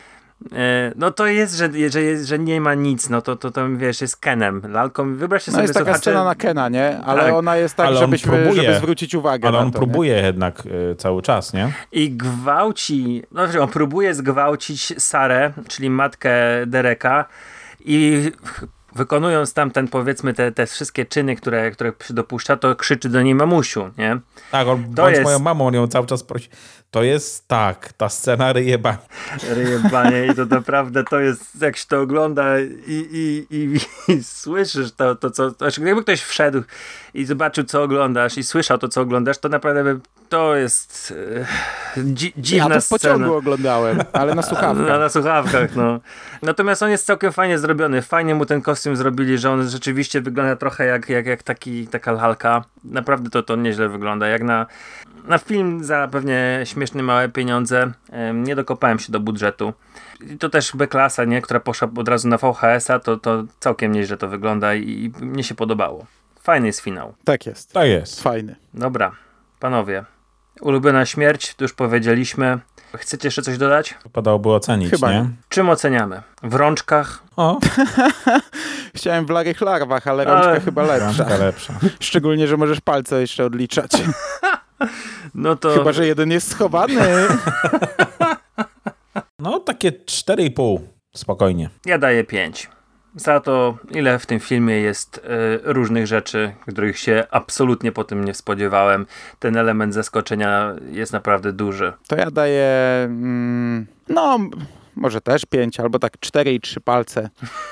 No to jest, że, że, że nie ma nic, no to, to, to wiesz, jest Kenem, lalką. Wyobraźcie no sobie, jest taka słuchacze... scena na Kena, nie? Ale tak. ona jest tak, ale żebyśmy, próbuje, żeby zwrócić uwagę ale na on to, próbuje nie? jednak y, cały czas, nie? I gwałci, no on próbuje zgwałcić Sarę, czyli matkę Dereka i wykonując tam ten, powiedzmy, te, te wszystkie czyny, które, które dopuszcza, to krzyczy do niej mamusiu, nie? Tak, on to bądź jest... moją mamą, on ją cały czas prosi. To jest tak, ta scena ryjeba. Ryjebanie i to naprawdę to jest, jak się to ogląda i, i, i, i słyszysz to, to co, znaczy jakby ktoś wszedł i zobaczył, co oglądasz i słyszał to, co oglądasz, to naprawdę to jest e, dzi, dziwna ja to w scena. pociągu oglądałem, ale na słuchawkach. Na, na słuchawkach, no. Natomiast on jest całkiem fajnie zrobiony. Fajnie mu ten kostium zrobili, że on rzeczywiście wygląda trochę jak, jak, jak taki, taka lalka. Naprawdę to, to nieźle wygląda. Jak na, na film za pewnie śmieszne małe pieniądze. Nie dokopałem się do budżetu. I to też B-klasa, nie? Która poszła od razu na V H S a, to, to całkiem nieźle to wygląda i, i mnie się podobało. Fajny jest finał. Tak jest. Tak jest. Fajny. Dobra, panowie. Ulubiona śmierć, to już powiedzieliśmy. Chcecie jeszcze coś dodać? Wypadałoby ocenić, Chyba nie? nie. Czym oceniamy? W rączkach? O. Chciałem w larych larwach, ale rączka ale... chyba lepsza. Rączka lepsza. Szczególnie, że możesz palce jeszcze odliczać. No to... Chyba, że jeden jest schowany. No takie cztery i pół. Spokojnie. Ja daję pięć. Za to, ile w tym filmie jest y, różnych rzeczy, których się absolutnie po tym nie spodziewałem. Ten element zaskoczenia jest naprawdę duży. To ja daję, mm, no, może też pięć, albo tak cztery i trzy palce.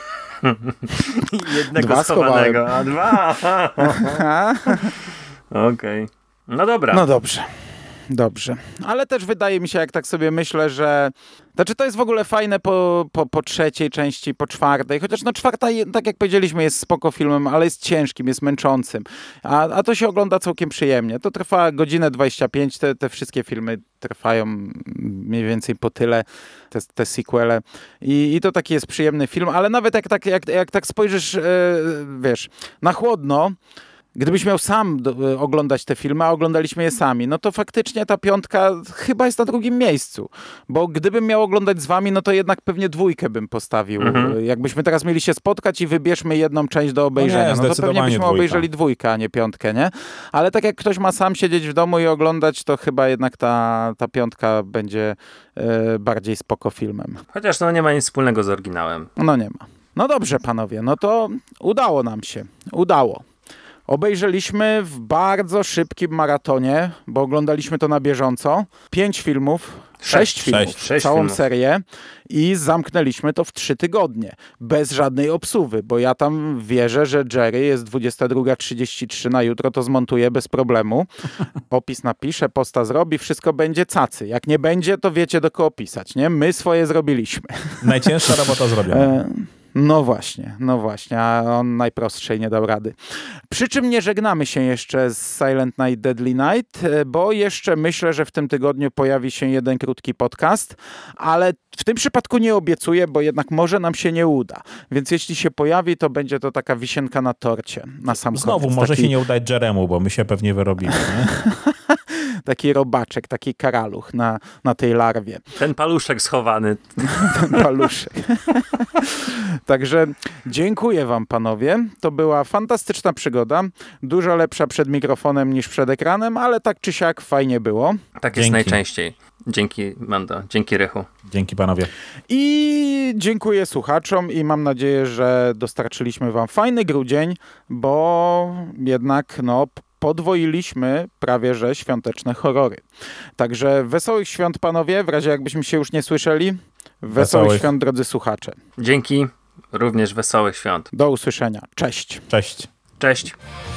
Jednego dwa schowanego, schowałem. a dwa. Okej. Okay. No dobra. No dobrze. Dobrze. Ale też wydaje mi się, jak tak sobie myślę, że... Znaczy to jest w ogóle fajne po, po, po trzeciej części, po czwartej. Chociaż no czwarta, tak jak powiedzieliśmy, jest spoko filmem, ale jest ciężkim, jest męczącym. A, a to się ogląda całkiem przyjemnie. To trwa godzinę dwadzieścia pięć. Te, te wszystkie filmy trwają mniej więcej po tyle. Te, te sequele. I, I to taki jest przyjemny film. Ale nawet jak tak, jak, jak tak spojrzysz, yy, wiesz, na chłodno, gdybyś miał sam do, oglądać te filmy, a oglądaliśmy je sami, no to faktycznie ta piątka chyba jest na drugim miejscu. Bo gdybym miał oglądać z wami, no to jednak pewnie dwójkę bym postawił. Mhm. Jakbyśmy teraz mieli się spotkać i wybierzmy jedną część do obejrzenia, no, nie, no to pewnie byśmy dwójka. obejrzeli dwójkę, a nie piątkę, nie? Ale tak jak ktoś ma sam siedzieć w domu i oglądać, to chyba jednak ta, ta piątka będzie e, bardziej spoko filmem. Chociaż no nie ma nic wspólnego z oryginałem. No nie ma. No dobrze, panowie, no to udało nam się. Udało. Obejrzeliśmy w bardzo szybkim maratonie, bo oglądaliśmy to na bieżąco. Pięć filmów, sześć, sześć filmów, sześć, sześć całą filmów. serię i zamknęliśmy to w trzy tygodnie. Bez żadnej obsuwy, bo ja tam wierzę, że Jerry jest dwudziesta druga trzydzieści trzy na jutro, to zmontuje bez problemu. Opis napisze, posta zrobi, wszystko będzie cacy. Jak nie będzie, to wiecie do kogo pisać, nie? My swoje zrobiliśmy. Najcięższa robota zrobiona. E- No właśnie, no właśnie, a on najprostszej nie dał rady. Przy czym nie żegnamy się jeszcze z Silent Night, Deadly Night, bo jeszcze myślę, że w tym tygodniu pojawi się jeden krótki podcast, ale w tym przypadku nie obiecuję, bo jednak może nam się nie uda. Więc jeśli się pojawi, to będzie to taka wisienka na torcie na sam koniec. Znowu może taki... się nie udać Jeremu, bo my się pewnie wyrobimy. Nie? Taki robaczek, taki karaluch na, na tej larwie. Ten paluszek schowany. Ten paluszek. Także dziękuję wam, panowie. To była fantastyczna przygoda. Dużo lepsza przed mikrofonem niż przed ekranem, ale tak czy siak fajnie było. Tak jest Dzięki. najczęściej. Dzięki, Mando. Dzięki, Rychu. Dzięki, panowie. I dziękuję słuchaczom i mam nadzieję, że dostarczyliśmy wam fajny grudzień, bo jednak no podwoiliśmy prawie że świąteczne horrory. Także wesołych świąt, panowie, w razie jakbyśmy się już nie słyszeli. Wesołych, wesołych świąt, drodzy słuchacze. Dzięki. Również wesołych świąt. Do usłyszenia. Cześć. Cześć. Cześć.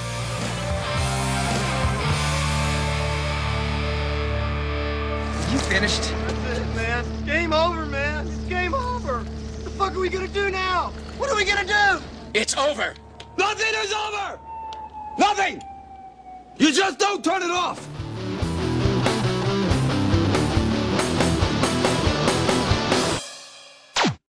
You finished? That's it, man. Game over, man. It's game over. What the fuck are we gonna do now? What are we gonna do? It's over. Nothing is over. Nothing. You just don't turn it off.